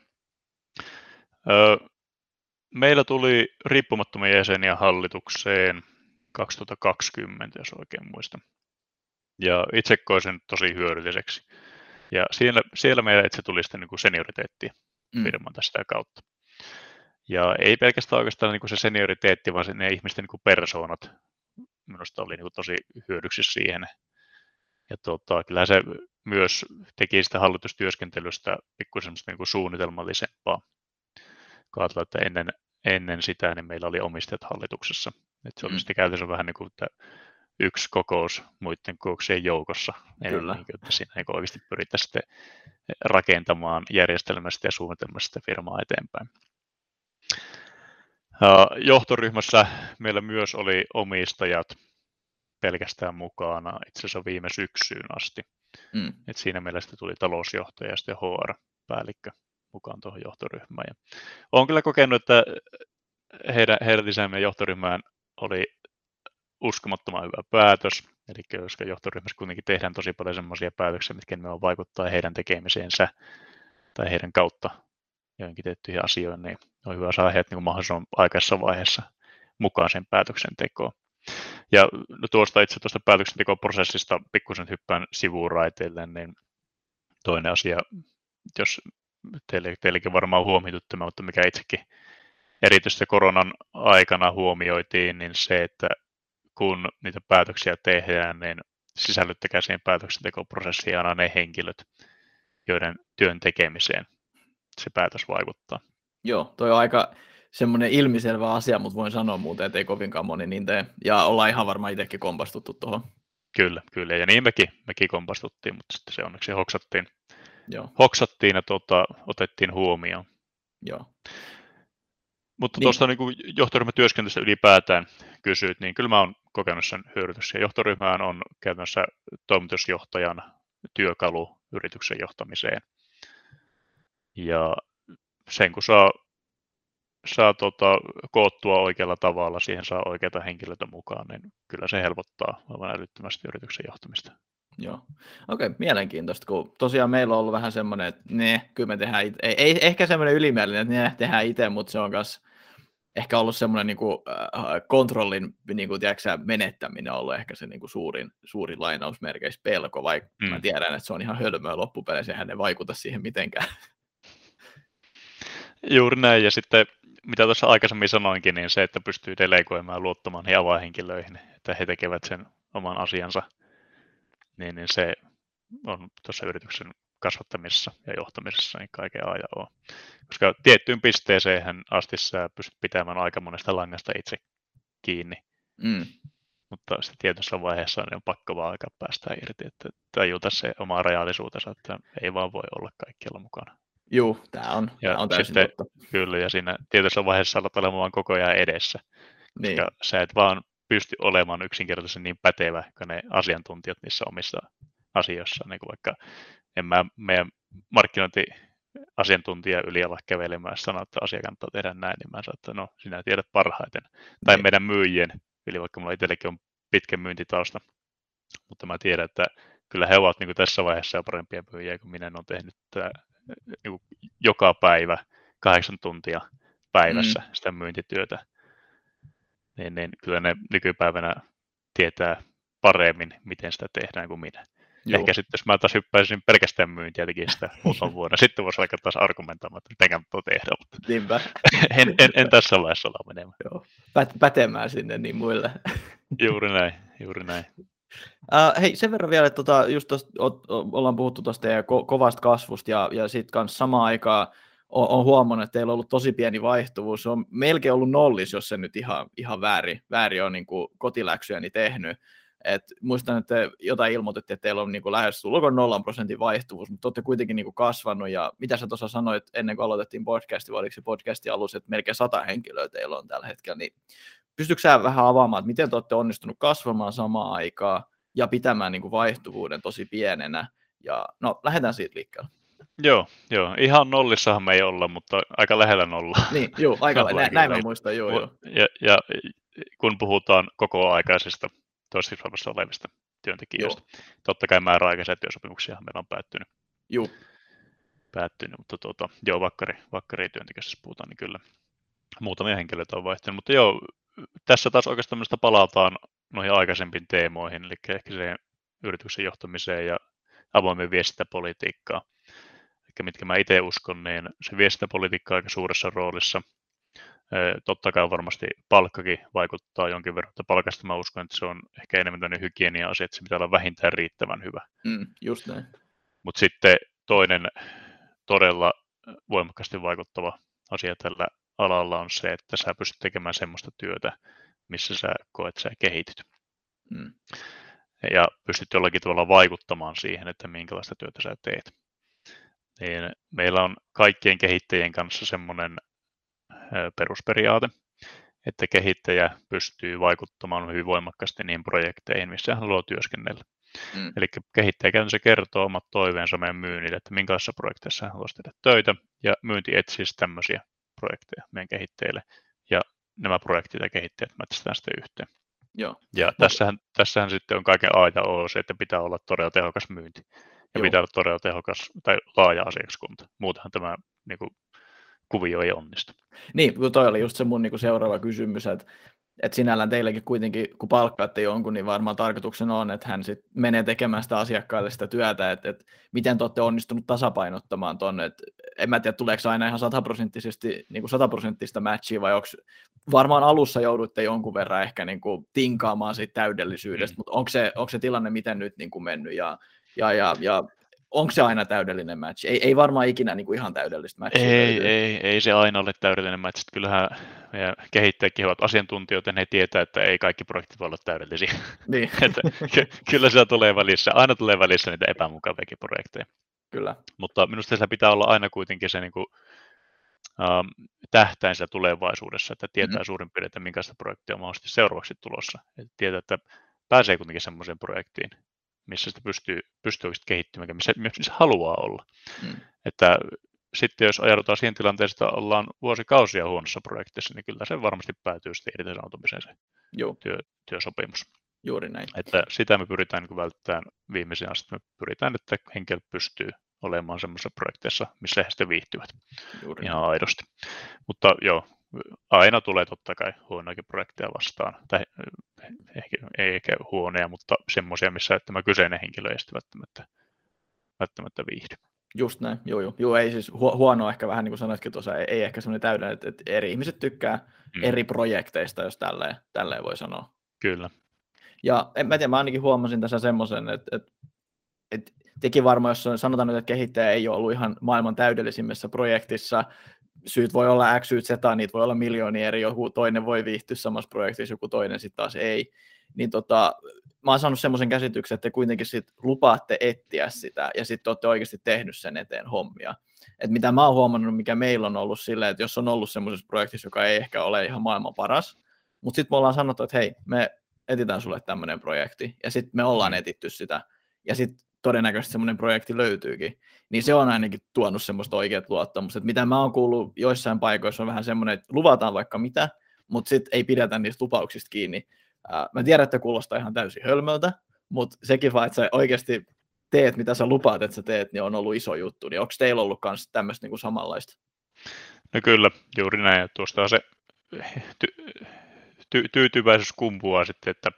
Ö, meillä tuli riippumattomia jäseniä hallitukseen kaksituhattakaksikymmentä, jos oikein muistan. Ja itse koin sen tosi hyödylliseksi. Ja siellä, siellä meillä itse tuli sitten niin kuin senioriteettia mm. firman tästä kautta. Ja ei pelkästään oikeastaan niin kuin se senioriteetti, vaan ne ihmisten niin kuin persoonat minusta oli niin kuin tosi hyödyksi siihen. Ja tota, kyllähän se myös teki sitä hallitustyöskentelystä pikkuisen niin kuin suunnitelmallisempaa. Kaatella, että ennen, ennen sitä niin meillä oli omistajat hallituksessa. Että se oli Mm. sitten käytössä vähän niin kuin että yksi kokous muiden kokouksien joukossa. Kyllä. Niin, että siinä niin oikeasti pyritään sitten rakentamaan järjestelmästä ja suunnitelmasta firmaa eteenpäin. Johtoryhmässä meillä myös oli omistajat pelkästään mukana itse asiassa viime syksyyn asti. Mm. Et siinä meillä sitten tuli talousjohtaja ja sitten H R-päällikkö mukaan tuohon johtoryhmään. Ja olen kyllä kokenut, että heidän, heidän lisäämään johtoryhmään oli uskomattoman hyvä päätös. Eli koska johtoryhmässä kuitenkin tehdään tosi paljon sellaisia päätöksiä, mitkä nimenomaan vaikuttaa heidän tekemiseensä tai heidän kautta joihinkin tiettyihin asioihin, niin on hyvä saada heidät niin mahdollisimman aikaisessa vaiheessa mukaan sen päätöksentekoon. Ja no tuosta itse tuosta päätöksentekoprosessista pikkusen hyppään sivuraiteille, niin toinen asia, jos teille, teillekin varmaan huomioitu tämä, mutta mikä itsekin erityisesti koronan aikana huomioitiin, niin se, että kun niitä päätöksiä tehdään, niin sisällyttäkää siihen päätöksentekoprosessiin aina ne henkilöt, joiden työn tekemiseen se päätös vaikuttaa. Joo, toi on aika semmoinen ilmiselvä asia, mutta voin sanoa muuten, että ei kovinkaan moni niin tee. Ja ollaan ihan varmaan itsekin kompastuttu tuohon. Kyllä, kyllä. Ja niin mekin, mekin kompastuttiin, mutta sitten se onneksi hoksattiin, Joo. hoksattiin ja tuota, otettiin huomioon. Joo. Mutta niin. tuosta niin johtoryhmätyöskentelystä ylipäätään kysyit, niin kyllä mä oon kokenut sen hyödytyksen. Johtoryhmään on käytännössä toimitusjohtajan työkalu yrityksen johtamiseen. Ja sen kun saa, saa tota, koottua oikealla tavalla, siihen saa oikeita henkilöitä mukaan, niin kyllä se helpottaa aivan älyttömästi yrityksen johtamista. Joo, okei, okay, mielenkiintoista, kun tosiaan meillä on ollut vähän semmoinen, että ne, kyllä me tehdään itse, ei, ei ehkä semmoinen ylimielinen, että ne tehdään itse, mutta se on myös ehkä ollut semmoinen niin kuin, äh, kontrollin niin kuin, tiedätkö, menettäminen on ollut ehkä se niin kuin suurin, suurin lainausmerkeissä pelko, vaikka mm. mä tiedän, että se on ihan hölmöä loppupeleissä, eihän ne vaikuta siihen mitenkään. Juuri näin, ja sitten mitä tuossa aikaisemmin sanoinkin, niin se, että pystyy delegoimaan ja luottamaan niihin avainhenkilöihin, että he tekevät sen oman asiansa, niin, niin se on tuossa yrityksen kasvattamisessa ja johtamisessa niin kaiken A ja O. Koska tiettyyn pisteeseen asti sä pystyt pitämään aika monesta langasta itse kiinni, mm. mutta sitten tietyssä vaiheessa niin on pakko vaan aika päästä irti, että tajuta se oma reaalisuutensa, että ei vaan voi olla kaikkialla mukana. Joo, tämä on, ja tämä on täysin sitten, totta. Kyllä, ja siinä tietyssä vaiheessa alat olemaan koko ajan edessä, niin. koska sä et vaan pysty olemaan yksinkertaisesti niin pätevä kuin ne asiantuntijat niissä omissa asioissa, niin kuin vaikka en mä meidän markkinointiasiantuntija yli ala kävelemään ja sanoa, että asia kannattaa tehdä näin, niin mä sanon, että no sinä tiedät parhaiten. Tai niin. Meidän myyjien yli, vaikka mulla itsellekin on pitkä myyntitausta, mutta mä tiedän, että kyllä he ovat niin kuin tässä vaiheessa jo parempia myyjiä kuin minä olen tehnyt tämä, niin kuin joka päivä kahdeksan tuntia päivässä mm. sitä myyntityötä. Niin, niin kyllä ne nykypäivänä tietää paremmin, miten sitä tehdään kuin minä. Joo. Ehkä sitten, jos mä taas hyppäisin pelkästään myyntiä tekin sitä muutaman vuoden, sitten voisi vaikka taas argumentoimaan, että mitä kannattaa tehdä, mutta Niinpä. en, en, en tässä vaiheessa olla menemään. Joo, Pät, pätemään sinne niin muille. Juuri näin, juuri näin. Uh, hei, sen verran vielä, että tota, just tosta, o, o, ollaan puhuttu tuosta teidän ko- kovasta kasvusta, ja, ja sitten kanssa samaan aikaan on, on huomannut, että teillä on ollut tosi pieni vaihtuvuus. Se on melkein ollut nollis, jos se nyt ihan, ihan väärin, väärin on niin kuin kotiläksyjäni tehnyt. Et muistan, että jotain ilmoitettiin, että teillä on niin kuin lähes tullut nollan prosentin vaihtuvuus, mutta olette kuitenkin niin kuin kasvanut, ja mitä sä tuossa sanoit ennen kuin aloitettiin podcasti, vai oliko se podcastin alussa, että melkein sata henkilöä teillä on tällä hetkellä, niin pystytkö sä vähän avaamaan, että miten te olette onnistunut kasvamaan samaan aikaan ja pitämään niin kuin vaihtuvuuden tosi pienenä, ja no lähdetään siitä liikkeelle. Joo, joo, ihan nollissahan me ei olla, mutta aika lähellä nollaa. Niin, joo, aika lähellä, Nä, näin mä muistan, joo, joo. Ja, ja kun puhutaan kokoaikaisista toissijaisuudessa olevista työntekijöistä. Joo. Totta kai määräaikaisia työsopimuksia meillä on päättynyt. Joo. Päättynyt, mutta tuota, joo, vakkari, vakkari työntekijöistä puhutaan, niin kyllä muutamia henkilöitä on vaihtunut. Mutta joo, tässä taas oikeastaan palataan noihin aikaisempiin teemoihin, eli ehkä se yrityksen johtamiseen ja avoimen viestintäpolitiikkaan. Eli mitkä mä itse uskon, niin se viestintäpolitiikka on aika suuressa roolissa. Totta kai varmasti palkkakin vaikuttaa jonkin verran, mutta palkasta mä uskon, että se on ehkä enemmän tämmöinen hygienia-asia, että se pitää olla vähintään riittävän hyvä. Mm, just näin. Mutta sitten toinen todella voimakkaasti vaikuttava asia tällä alalla on se, että sä pystyt tekemään semmoista työtä, missä sä koet, että sä kehityt. Mm. Ja pystyt jollakin tavalla vaikuttamaan siihen, että minkälaista työtä sä teet. Niin meillä on kaikkien kehittäjien kanssa semmoinen perusperiaate, että kehittäjä pystyy vaikuttamaan hyvin voimakkaasti niihin projekteihin, missä hän haluaa työskennellä. Mm. Eli kehittäjä käytännössä kertoo omat toiveensa meidän myynnille, että minkälaisissa projekteissa hän haluaisi tehdä töitä, ja myynti etsii tämmöisiä projekteja meidän kehittäjille, ja nämä projektit ja kehittäjät mätsitään sitten yhteen. Joo. Ja Mut... tässähän, tässähän sitten on kaiken A ja O se, että pitää olla todella tehokas myynti, ja Joo. pitää olla todella tehokas tai laaja asiakaskunta. Muutenhan tämä niin kuin, kuvio ei onnistu. Niin, kun toi oli just se mun niin kuin seuraava kysymys, että että sinällään teillekin kuitenkin, kun palkkaatte jonkun, niin varmaan tarkoituksena on, että hän sitten menee tekemään sitä asiakkaille sitä työtä, että, että miten te olette onnistunut tasapainottamaan tuonne, että en mä tiedä, tuleeko aina ihan sataprosenttisesti, niin kuin sataprosenttista matchia, vai onko varmaan alussa joudutte jonkun verran ehkä niin kuin tinkaamaan siitä täydellisyydestä, mm. mutta onko se, onko se tilanne miten nyt niin kuin mennyt, ja, ja, ja, ja onko se aina täydellinen match? Ei, ei varmaan ikinä niin kuin ihan täydellistä matchia. Ei, ei, ei se aina ole täydellinen match. Kyllähän meidän kehittäjätkin ovat asiantuntijoita, ne tietää, että ei kaikki projektit voi olla täydellisiä. Niin. että, kyllä se tulee välissä, aina tulee välissä niitä epämukaviakin projekteja. Kyllä. Mutta minusta se pitää olla aina kuitenkin se niin kuin, ähm, tähtäin siellä tulevaisuudessa, että tietää mm-hmm. suurin piirtein, että minkälaista projektia on mahdollisesti seuraavaksi tulossa. Että tietää, että pääsee kuitenkin semmoiseen projektiin, missä sitä pystyy, pystyy kehittymään, missä, missä haluaa olla. Mm. Että sitten jos ajaudutaan siihen tilanteeseen, että ollaan vuosikausia huonossa projektissa, niin kyllä se varmasti päätyy sitten irtisanoutumiseen se työ, työsopimus. Juuri näin. Että sitä me pyritään niin välttämään viimeisen asti. Me pyritään, että henkilö pystyy olemaan semmoisessa projekteissa, missä he sitten viihtyvät Juuri ihan näin. Aidosti. Mutta joo, aina tulee totta kai huonoakin projekteja vastaan. Tai ehkä, ei ehkä huonoja, mutta semmoisia, missä tämä kyseinen henkilö ei sitten välttämättä, välttämättä viihdy. Just näin, joo, joo. joo ei siis hu- huono ehkä vähän niin kuin sanoitkin tuossa, ei, ei ehkä semmoinen täydellinen, että, että eri ihmiset tykkää mm. eri projekteista, jos tälleen, tälleen voi sanoa. Kyllä. Ja en mä tiedä, mä ainakin huomasin tässä semmoisen, että, että, että tekin varmaan, jos sanotaan nyt, että kehittäjä ei ole ollut ihan maailman täydellisimmässä projektissa, syyt voi olla X, Y, Z, niitä voi olla miljoonia eri, joku toinen voi viihtyä samassa projektissa, joku toinen sitten taas ei, niin tota, mä oon saanut semmoisen käsityksen, että te kuitenkin sit lupaatte etsiä sitä, ja sitten olette oikeasti tehnyt sen eteen hommia. Et mitä mä oon huomannut, mikä meillä on ollut silleen, että jos on ollut semmoisessa projektissa, joka ei ehkä ole ihan maailman paras, mutta sitten me ollaan sanottu, että hei, me etsitään sulle tämmöinen projekti, ja sitten me ollaan etitty sitä, ja sitten todennäköisesti semmoinen projekti löytyykin, niin se on ainakin tuonut semmoista oikeat luottamusta, että mitä mä oon kuullut joissain paikoissa on vähän semmoinen, että luvataan vaikka mitä, mutta sitten ei pidetä niistä lupauksista kiinni. Mä tiedän, että kuulostaa ihan täysin hölmöltä, mutta sekin vaan, että sä oikeasti teet, mitä sä lupaat, että sä teet, niin on ollut iso juttu. Niin onko teillä ollut myös tämmöistä niin kuin samanlaista? No kyllä, juuri näin. Tuosta se ty- ty- tyytyväisyys kumpuaa sitten, että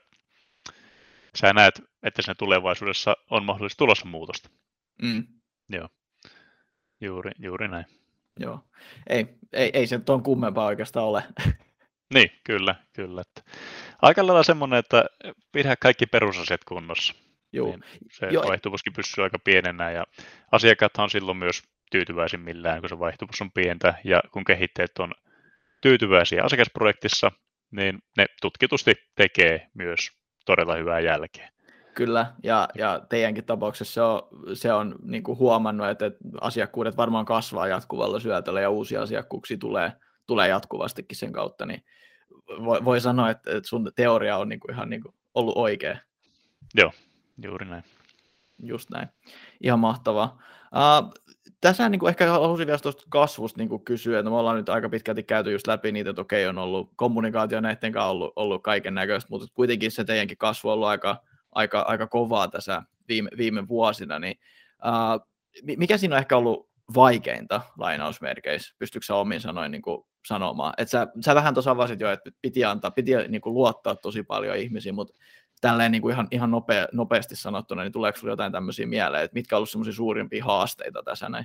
sä näet, että siinä tulevaisuudessa on mahdollisesti tulossa muutosta. Mm. Joo, juuri, juuri näin. Joo, ei, ei, ei se tuon kummempaa oikeastaan ole. Niin, kyllä, kyllä. Että aika lailla semmoinen, että pidä kaikki perusasiat kunnossa. Joo. Niin se Joo. vaihtuvuuskin pysyy aika pienenä ja asiakkaathan on silloin myös tyytyväisimmillään, kun se vaihtuvuus on pientä ja kun kehittäjät on tyytyväisiä asiakasprojektissa, niin ne tutkitusti tekee myös todella hyvää jälkeä. Kyllä, ja, ja teidänkin tapauksessa se on, se on niin kuin huomannut, että, että asiakkuudet varmaan kasvaa jatkuvalla syötöllä ja uusia asiakkuuksia tulee, tulee jatkuvastikin sen kautta, niin voi, voi sanoa, että, että sun teoria on niin kuin ihan niin kuin ollut oikea. Joo, juuri näin. Just näin. Ihan mahtavaa. Uh, tässä niin kuin ehkä halusin vielä tuosta kasvusta niin kuin kysyä, että me ollaan nyt aika pitkälti käyty just läpi niitä, että okei, on ollut kommunikaatio näiden kanssa ollut, ollut kaiken näköistä, mutta kuitenkin se teidänkin kasvu on ollut aika, aika, aika kovaa tässä viime, viime vuosina, niin uh, mikä siinä on ehkä ollut vaikeinta lainausmerkeissä? Pystytkö sä omin sanoin niin kuin sanomaan? Et sä, sä vähän tuossa avasit jo, että piti antaa, piti niin kuin luottaa tosi paljon ihmisiin, mutta tälleen niin kuin ihan, ihan nopea, nopeasti sanottuna, niin tuleeko sinulle jotain tämmöisiä mieleen, että mitkä on ollut semmoisia suurimpia haasteita tässä näin?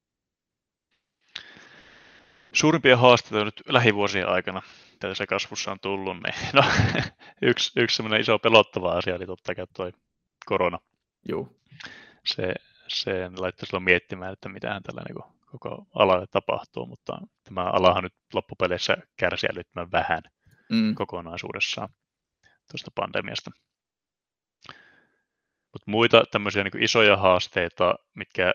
Suurimpia haasteita nyt lähivuosien aikana, mitä tässä kasvussa on tullut, niin no, yksi, yksi semmoinen iso pelottava asia oli totta kai toi korona. Joo. Se, se laittoi silloin miettimään, että mitähän tällä niin kuin koko alalle tapahtuu, mutta tämä alahan nyt loppupeleissä kärsii älyttömän vähän mm. kokonaisuudessaan tuosta pandemiasta. Mutta muita tämmöisiä niin kuin isoja haasteita, mitkä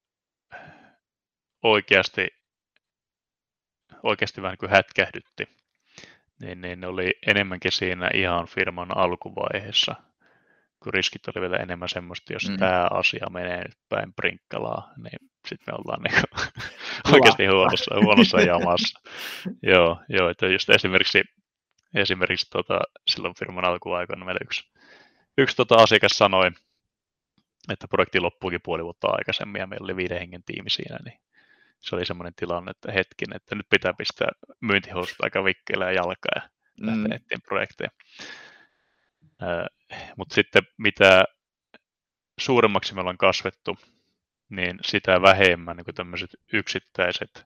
oikeasti, oikeasti vähän niin kuin hätkähdytti, niin, niin ne oli enemmänkin siinä ihan firman alkuvaiheessa, kun riskit oli vielä enemmän semmoista, jos mm. tämä asia menee nyt päin prinkkalaa, niin sitten me ollaan niin kuin oikeasti huonossa, huonossa jamassa. joo, joo, että just esimerkiksi, esimerkiksi tota, silloin firman alkuaikana meillä yksi, yksi tota asiakas sanoi, että projekti loppuikin puoli vuotta aikaisemmin ja meillä oli viiden hengen tiimi siinä, niin se oli semmoinen tilanne, että hetken, että nyt pitää pistää myyntihousut aika vikkeellä ja jalkaa ja lähteä mm. etsimään projekteja. Äh, mutta sitten mitä suuremmaksi me ollaan kasvettu, niin sitä vähemmän niin tämmöiset yksittäiset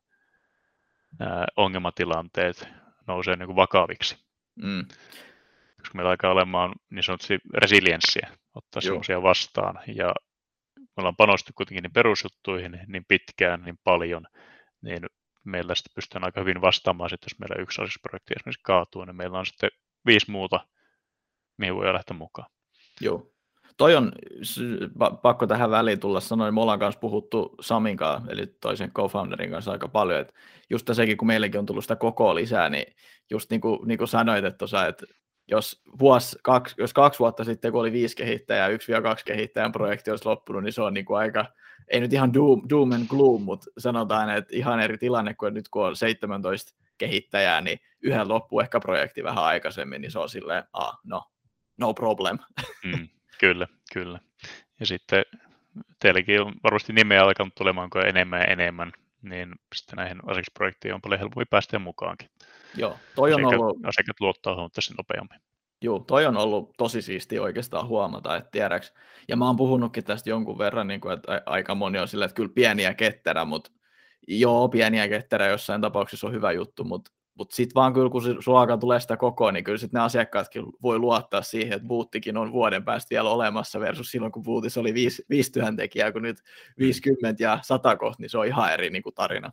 äh, ongelmatilanteet nousee niin kuin vakaviksi. Mm. Koska meillä alkaa olemaan niin sanotusti resilienssiä ottaa semmoisia vastaan. Ja me ollaan panostettu kuitenkin niin perusjuttuihin niin pitkään, niin paljon, niin meillä sitten pystytään aika hyvin vastaamaan, että jos meillä yksi asiakasprojekti esimerkiksi kaatuu, niin meillä on sitten viisi muuta, mihin voi lähteä mukaan. Joo. Toi on pakko tähän väliin tulla sanoa, me ollaan kanssa puhuttu Samin kanssa, eli toisen co-founderin kanssa aika paljon, että just sekin, kun meillekin on tullut sitä kokoa lisää, niin just niin kuin, niin kuin sanoit, että, osa, että jos, vuosi, kaksi, jos kaksi vuotta sitten, kun oli viisi kehittäjää, yksi vai kaksi kehittäjän projekti olisi loppunut, niin se on niin kuin aika, ei nyt ihan doom, doom and gloom, mutta sanotaan, että ihan eri tilanne kuin nyt, kun on seitsemäntoista kehittäjää, niin yhden loppuu ehkä projekti vähän aikaisemmin, niin se on silleen, ah, no, no problem. Mm. Kyllä, kyllä. Ja sitten teilläkin on varmasti nimeä alkanut tulemaan enemmän ja enemmän, niin sitten näihin asiakasprojekteihin on paljon helpompi päästä mukaankin. Joo, toi on asiakkaat, ollut... asiakkaat luottaa huomattavasti nopeammin. Joo, toi on ollut tosi siistiä oikeastaan huomata, että tiedäks. Ja mä oon puhunutkin tästä jonkun verran, niin kuin, että aika moni on silleen, että kyllä pieniä ketterä, mutta joo, pieniä ketterä jossain tapauksessa on hyvä juttu, mutta Mutta sitten vaan kyllä, kun sulla alkaa tulee sitä kokoa, niin kyllä sitten ne asiakkaatkin voi luottaa siihen, että Boottikin on vuoden päästä vielä olemassa versus silloin, kun Bootissa oli viisi, viisi työntekijää, kun nyt viisikymmentä ja sata kohta, niin se on ihan eri niin kuin tarina.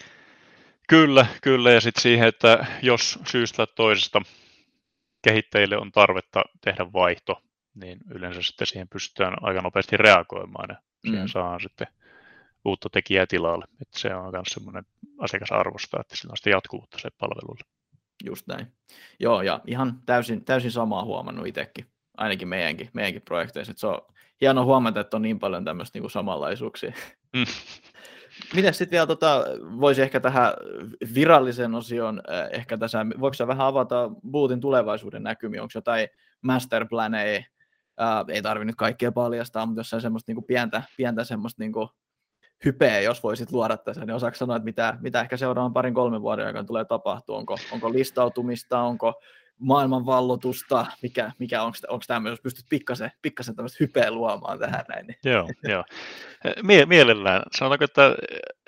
Kyllä, kyllä. Ja sitten siihen, että jos syystä tai toisesta kehittäjille on tarvetta tehdä vaihto, niin yleensä sitten siihen pystytään aika nopeasti reagoimaan ja siihen mm. saadaan sitten uutta tekijää tilalle. Että se on myös semmoinen asiakasarvosta, että sillä on sitten jatkuvuutta se palvelulle. Just näin. Joo, ja ihan täysin, täysin samaa huomannut itsekin, ainakin meidänkin, meidänkin projekteissa. Että se on hienoa huomata, että on niin paljon tämmöistä niin kuin samanlaisuuksia. Mm. Miten sitten vielä, tota, voisi ehkä tähän virallisen osion, äh, ehkä tässä, voiko sä vähän avata Bootin tulevaisuuden näkymiä, onko jotain masterplaneja, äh, ei tarvitse nyt kaikkea paljastaa, mutta jossain semmoista niin kuin pientä, pientä semmoista niin kuin hypeä, jos voisit luoda tässä, niin osaako sanoa, että mitä, mitä ehkä seuraavan parin kolmen vuoden aikana tulee tapahtua, onko, onko listautumista, onko maailmanvallotusta, mikä, mikä onko, onko tämmöinen, jos pystyt pikkasen, pikkasen tämmöistä hypeä luomaan tähän näin. Niin. Joo, joo. Mie- mielellään. Sanotaanko, että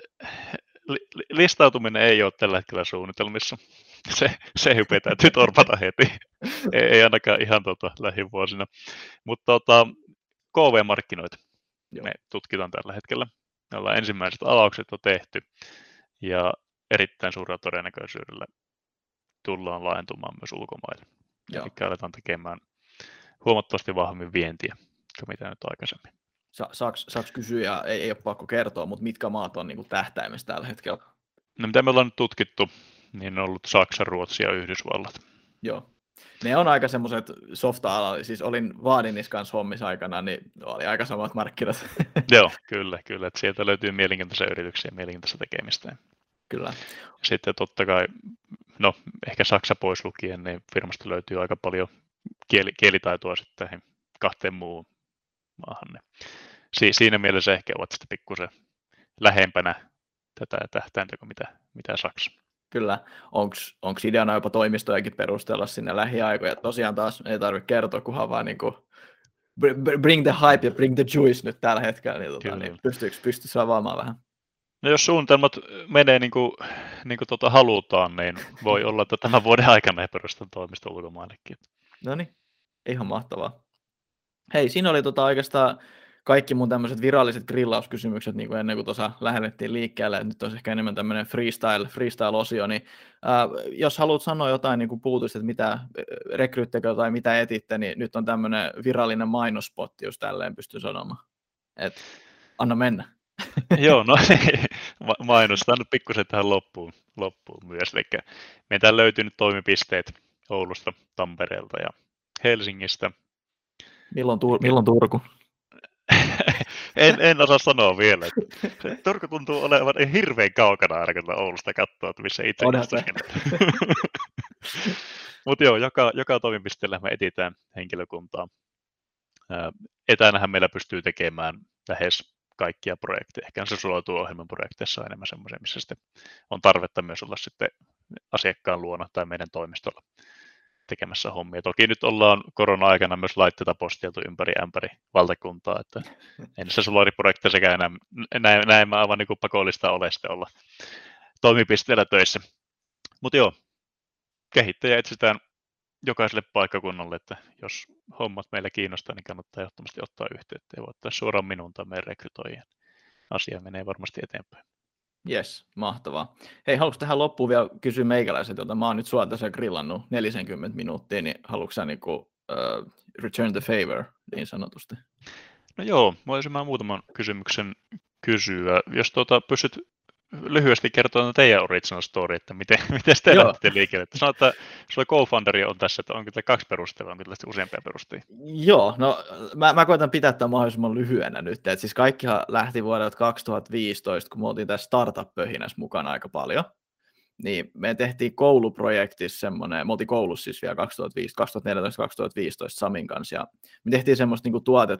li- listautuminen ei ole tällä hetkellä suunnitelmissa. Se, se hype täytyy torpata heti. ei, ei ainakaan ihan tota, lähivuosina. Mutta tota, K V-markkinoita joo. Me tutkitaan tällä hetkellä. Me ollaan ensimmäiset alaukset on tehty ja erittäin suurella todennäköisyydellä tullaan laajentumaan myös ulkomaille. Joo. Eli aletaan tekemään huomattavasti vahvemmin vientiä kuin mitä nyt aikaisemmin. Sa- saaks, saaks kysyä, ei, ei ole pakko kertoa, mutta mitkä maat on niin kuin tähtäimessä tällä hetkellä? No mitä me ollaan nyt tutkittu, niin on ollut Saksa, Ruotsi ja Yhdysvallat. Joo. Ne on aika semmoiset softa-alalla, siis olin Vaadinissa kanssa hommissa aikana, niin oli aika samat markkinat. Joo, kyllä, kyllä. Että sieltä löytyy mielenkiintoisia yrityksiä ja mielenkiintoista tekemistä. Kyllä. Sitten totta kai, no ehkä Saksa pois lukien, niin firmasta löytyy aika paljon kieli, kielitaitoa sitten kahteen muuhun maahan. Si, siinä mielessä ehkä ovat sitten pikkusen lähempänä tätä tähtäintä kuin mitä, mitä Saksa. Kyllä. Onko ideana jopa toimistojakin perustella sinne lähiaikoja? Tosiaan taas ei tarvitse kertoa, kunhan vaan niin kuin bring the hype ja bring the juice nyt tällä hetkellä, niin, tota, niin pystyykö pystyisi avaamaan vähän? No jos suunnitelmat menee niin kuin, niin kuin tuota halutaan, niin voi olla, että tämän vuoden aikana ei perustan toimisto ulkomaillekin. No niin, ihan mahtavaa. Hei, siinä oli tota oikeastaan kaikki mun tämmöiset viralliset grillauskysymykset niin kuin ennen kuin tuossa lähdettiin liikkeelle, nyt olisi ehkä enemmän tämmöinen freestyle, freestyle-osio, niin ää, jos haluat sanoa jotain niin kuin puutuista, että mitä rekryyttekö tai mitä etitte, niin nyt on tämmöinen virallinen mainospotti, jos tälleen pystyy sanomaan. Et anna mennä. Joo, no mainostan nyt pikkusen tähän loppuun, loppuun myös. Eli meiltä löytyy nyt toimipisteet Oulusta, Tampereelta ja Helsingistä. Milloin, Tur- milloin Turku? en, en osaa sanoa vielä. Että Turku tuntuu olevan hirveän kaukana aina Oulusta katsoa, että missä itse Mutta joo, joka, joka toimipisteellä me etsitään henkilökuntaa. Etänähän meillä pystyy tekemään lähes kaikkia projekteja. Ehkä se sulautuo-ohjelman projekteissa on enemmän semmoisia, missä sitten on tarvetta myös olla sitten asiakkaan luona tai meidän toimistolla tekemässä hommia. Toki nyt ollaan korona-aikana myös laitteita postiltu ympäri ämpäri valtakuntaa, että ei näissä solariprojekteissakaan enää näin, näin aivan niin kuin pakollista ole sitten olla toimipisteellä töissä. Mutta joo, kehittäjä etsitään jokaiselle paikkakunnalle, että jos hommat meillä kiinnostaa, niin kannattaa ehdottomasti ottaa yhteyttä ja voi ottaa suoraan minun tai meidän rekrytoijien. Asia menee varmasti eteenpäin. Jes, mahtavaa. Hei, haluatko tähän loppuun vielä kysyä meikäläiset, jota mä oon nyt sua tässä grillannut neljäkymmentä minuuttia, niin haluatko sä niin kuin, uh, return the favor, niin sanotusti? No joo, voisin mä muutaman kysymyksen kysyä. Jos tuota, pystyt lyhyesti kertoa teidän original story, että miten, miten te lähtitte liikkeelle. Sanoit, että sulla co-founderi on tässä, että onko teillä kaksi perustajaa, onko teillä useampia perustajia? Joo, no mä, mä koitan pitää tämän mahdollisimman lyhyenä nyt. Et siis kaikkihan lähti vuodelta kaksituhattaviisitoista, kun me oltiin tässä startup-pöhinässä mukana aika paljon. Niin me tehtiin kouluprojektissa semmoinen, me oltiin koulussa siis vielä kaksituhattaneljätoista kaksituhattaviisitoista Samin kanssa, ja me tehtiin semmoista niinku tuotet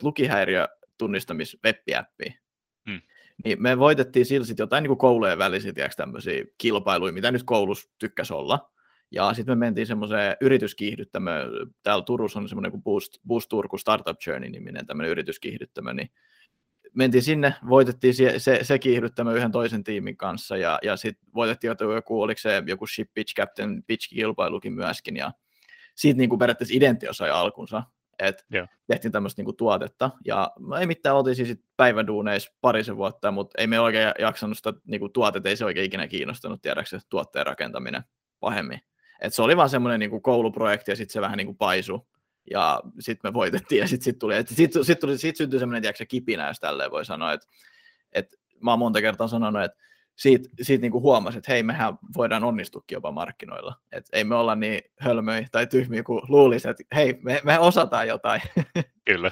lukihäiriötunnistamis-web-appia. Hmm. Niin me voitettiin sillä sitten jotain niin kuin koulujen välisiä tämmöisiä kilpailuja, mitä nyt koulussa tykkäsi olla. Ja sitten me mentiin semmoiseen yrityskiihdyttämöön, täällä Turussa on semmoinen kuin Boost, Boost Turku Startup Journey-niminen tämmöinen yrityskiihdyttämö, niin mentiin sinne, voitettiin se, se, se kiihdyttämö yhden toisen tiimin kanssa, ja, ja sitten voitettiin joku, oliko se joku Ship Pitch Captain Pitch-kilpailukin myöskin, ja siitä niin kuin periaatteessa Identio sai alkunsa. Et yeah. Tehtiin tämmöistä niinku tuotetta, ja ei mitään, oltiin siis päiväduuneissa parisen vuotta, mutta ei me oikein jaksanut sitä niinku tuotetta, ei se oikein ikinä kiinnostanut, tiedäksä, tuotteen rakentaminen pahemmin. Et se oli vaan semmoinen niinku kouluprojekti, ja sitten se vähän niinku paisui, ja sitten me voitettiin, ja sitten sit tuli, että sit, sit tuli, sit syntyi semmoinen, tiedäksä, kipinä, jos tälleen voi sanoa, että et, mä oon monta kertaa sanonut, että siitä, siitä niinku huomasi, että hei, mehän voidaan onnistukin jopa markkinoilla. Et ei me olla niin hölmöjä tai tyhmiä kuin luulisi, että hei, me, me osataan jotain. Kyllä.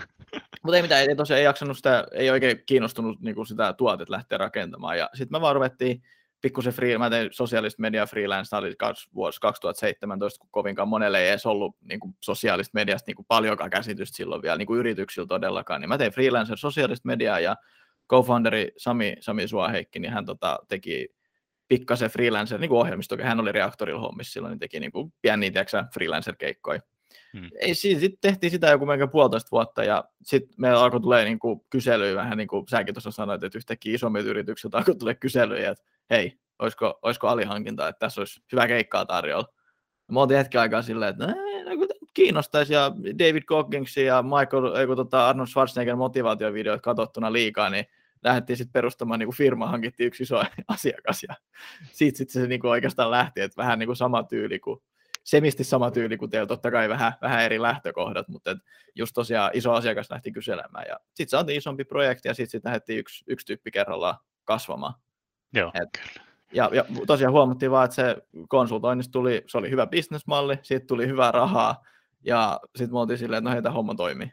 Mutta ei mitään, ei tosiaan ei jaksanut sitä, ei oikein kiinnostunut niinku sitä tuotet lähteä rakentamaan. Ja sitten me vaan ruvettiin pikkusen free, mä tein sosiaalista media freelance, tämä oli vuosi kaksituhattaseitsemäntoista, kun kovinkaan monelle ei edes ollut niinku sosiaalista mediasta niinku paljonkaan käsitystä silloin vielä, niinku yrityksillä todellakaan. Niin mä tein freelancer sosiaalista mediaa, ja co-founderi Sami, Sami Suoheikki, niin hän tota, teki pikkasen freelancer, niin kuin ohjelmisto, hän oli Reaktorilla hommissa silloin, niin teki niin kuin pieniä, tiedätkö, freelancer-keikkoja. Hmm. Ei, sitten tehtiin sitä joku melkein puolitoista vuotta, ja sitten meillä alkoi tulee niin kuin kyselyjä, vähän niin kuin säkin tuossa sanoit, että yhtäkkiä isommit yritykset alkoi tulee kyselyjä, että hei, olisiko, olisiko alihankinta, että tässä olisi hyvä keikkaa tarjolla. Me oltiin hetken aikaa silleen, että no, kiinnostaisi, ja David Goggingsin ja Michael, ei, kun, tota, Arnold Schwarzenegger motivaatiovideoita katsottuna liikaa, niin lähdettiin sitten perustamaan niin firma, hankittiin yksi iso asiakas, ja siitä sitten se niin kuin oikeastaan lähti, että vähän niin kuin sama tyyli kuin, semisti sama tyyli kuin teillä, totta kai vähän, vähän eri lähtökohdat, mutta et just tosiaan iso asiakas lähti kyselemään, ja sitten saatiin isompi projekti, ja sitten sit lähdettiin yksi, yksi tyyppi kerrallaan kasvamaan. Joo, et, ja, ja tosiaan huomattiin vaan, että se konsultoinnista tuli, se oli hyvä bisnesmalli, siitä tuli hyvää rahaa, ja sitten me oltiin silleen, että no hei, tämä homma toimii.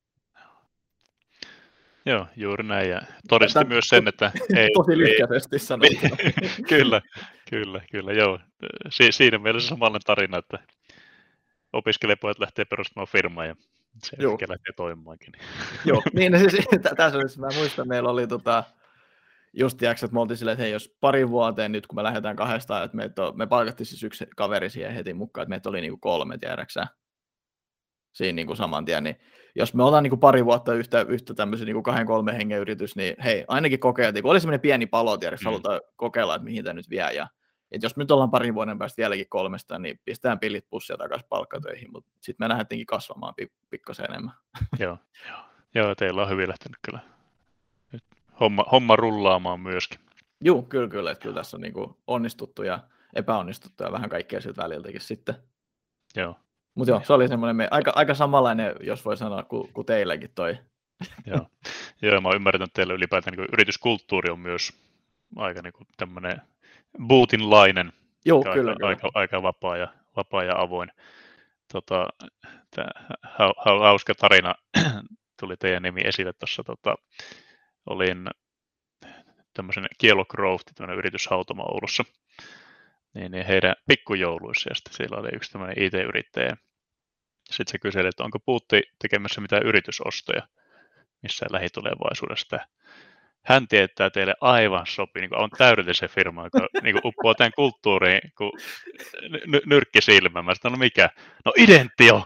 Joo, juuri näin, ja todisti Tätä, myös sen, että ei... Tosi lyhkäisesti sanotaan. kyllä, kyllä, kyllä, joo. Si- siinä mielessä samanlainen tarina, että opiskelijapojat lähtee perustamaan firmaa, ja se ehkä lähtee toimimaankin. Joo, niin siis, tässä olisi, mä muistan, meillä oli tota, just tiiäks, että me oltiin silleen, että hei, jos parin vuoteen nyt, kun me lähdetään kahdestaan, että meitä on, me palkattiin siis yksi kaveri siihen heti mukaan, että meitä oli niinku kolme, tiedäksä, siinä niinku saman tien, niin jos me ollaan niinku pari vuotta yhtä, yhtä tämmöisen niinku kahden, kolmen hengen yritys, niin hei, ainakin kokeiltiin, kun oli semmoinen pieni palo, tiedäks, mm. halutaan kokeilla, että mihin tämä nyt vie, ja että jos me nyt ollaan parin vuoden päästä vieläkin kolmesta, niin pistetään pillit pussia takaisin palkkatöihin, mutta sitten me lähdettiinkin kasvamaan pik- pikkasen enemmän. Joo, joo. Joo, teillä on hyvin lähtenyt kyllä nyt homma, homma rullaamaan myöskin. Joo, kyllä, kyllä. Että kyllä tässä on niin kuin onnistuttu ja epäonnistuttu ja vähän kaikkea siltä väliltäkin sitten. Joo. Mutta joo, se oli semmoinen aika, aika samanlainen, jos voi sanoa, kuin, kuin teilläkin toi. Joo. Joo, mä ymmärrän, että teillä ylipäätään niin yrityskulttuuri on myös aika niin tämmöinen bootinlainen, Joo, aika, kyllä, kyllä. Aika, aika vapaa, ja, vapaa ja avoin. Tota, tää, ha, ha, hauska tarina tuli teidän nimi esille tuossa. Tota, olin tämmöisen Kielo Growth, tämmöinen yrityshautoma Oulussa, niin, niin heidän pikkujouluissa, ja sitten siellä oli yksi tämmöinen I T-yrittäjä. Sitten se kyseli, että onko Bootti tekemässä mitään yritysostoja missään lähitulevaisuudesta. Hän tietää teille aivan sopii, niin on täydellisen firma, joka niin uppoo tämän kulttuuriin kun n- nyrkki silmään. Mä sanoin, no mikä? No Identio!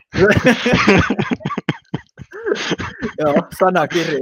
Joo, sanakirja.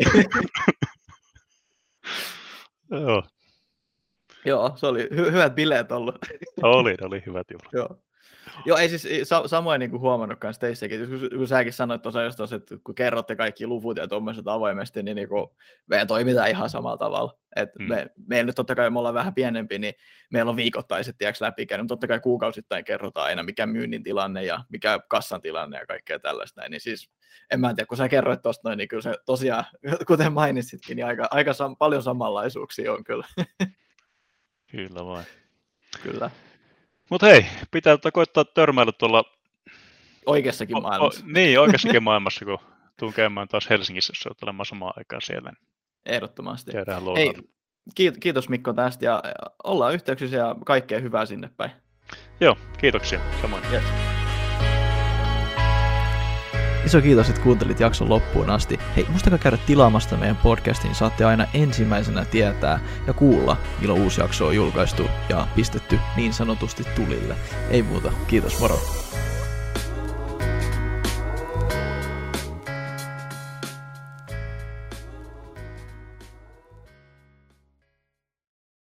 Joo. Joo, se oli hy- hyvät bileet ollut. Oli, oli hyvät juhlat. Joo. Joo, ei siis sa- samoin niin kuin huomannut kanssa teissäkin, kun, kun säkin sanoit tuossa just tossa, että kun kerrotte kaikki luvut ja tuommoiset avoimesti, niin, niin kuin meidän toimitaan ihan samalla tavalla. Et mm. me, meillä nyt totta kai me ollaan vähän pienempi, niin meillä on viikoittaiset tiiäks läpikäynyt, mutta totta kai kuukausittain kerrotaan aina, mikä myynnin tilanne ja mikä kassan tilanne ja kaikkea tällaista. Näin. Niin siis, en mä tiedä, kun sä kerroit tuosta noin, niin kyllä se tosiaan, kuten mainitsitkin, niin aika, aika sam- paljon samanlaisuuksia on kyllä. Kyllä vain. Kyllä. Mutta hei, pitää koittaa törmäillä tuolla oikeassakin maailmassa. O, o, niin, oikeassakin maailmassa, kun tuun käymään taas Helsingissä, jos olet olemaan samaan aikaan siellä. Ehdottomasti. Hei, kiitos Mikko tästä ja ollaan yhteyksissä ja kaikkea hyvää sinne päin. Joo, kiitoksia. Samoin. Yes. Iso kiitos, että kuuntelit jakson loppuun asti. Hei, muistakaa käydä tilaamasta meidän podcastin, niin saatte aina ensimmäisenä tietää ja kuulla, milloin uusi jakso on julkaistu ja pistetty niin sanotusti tulille. Ei muuta, kiitos, moro!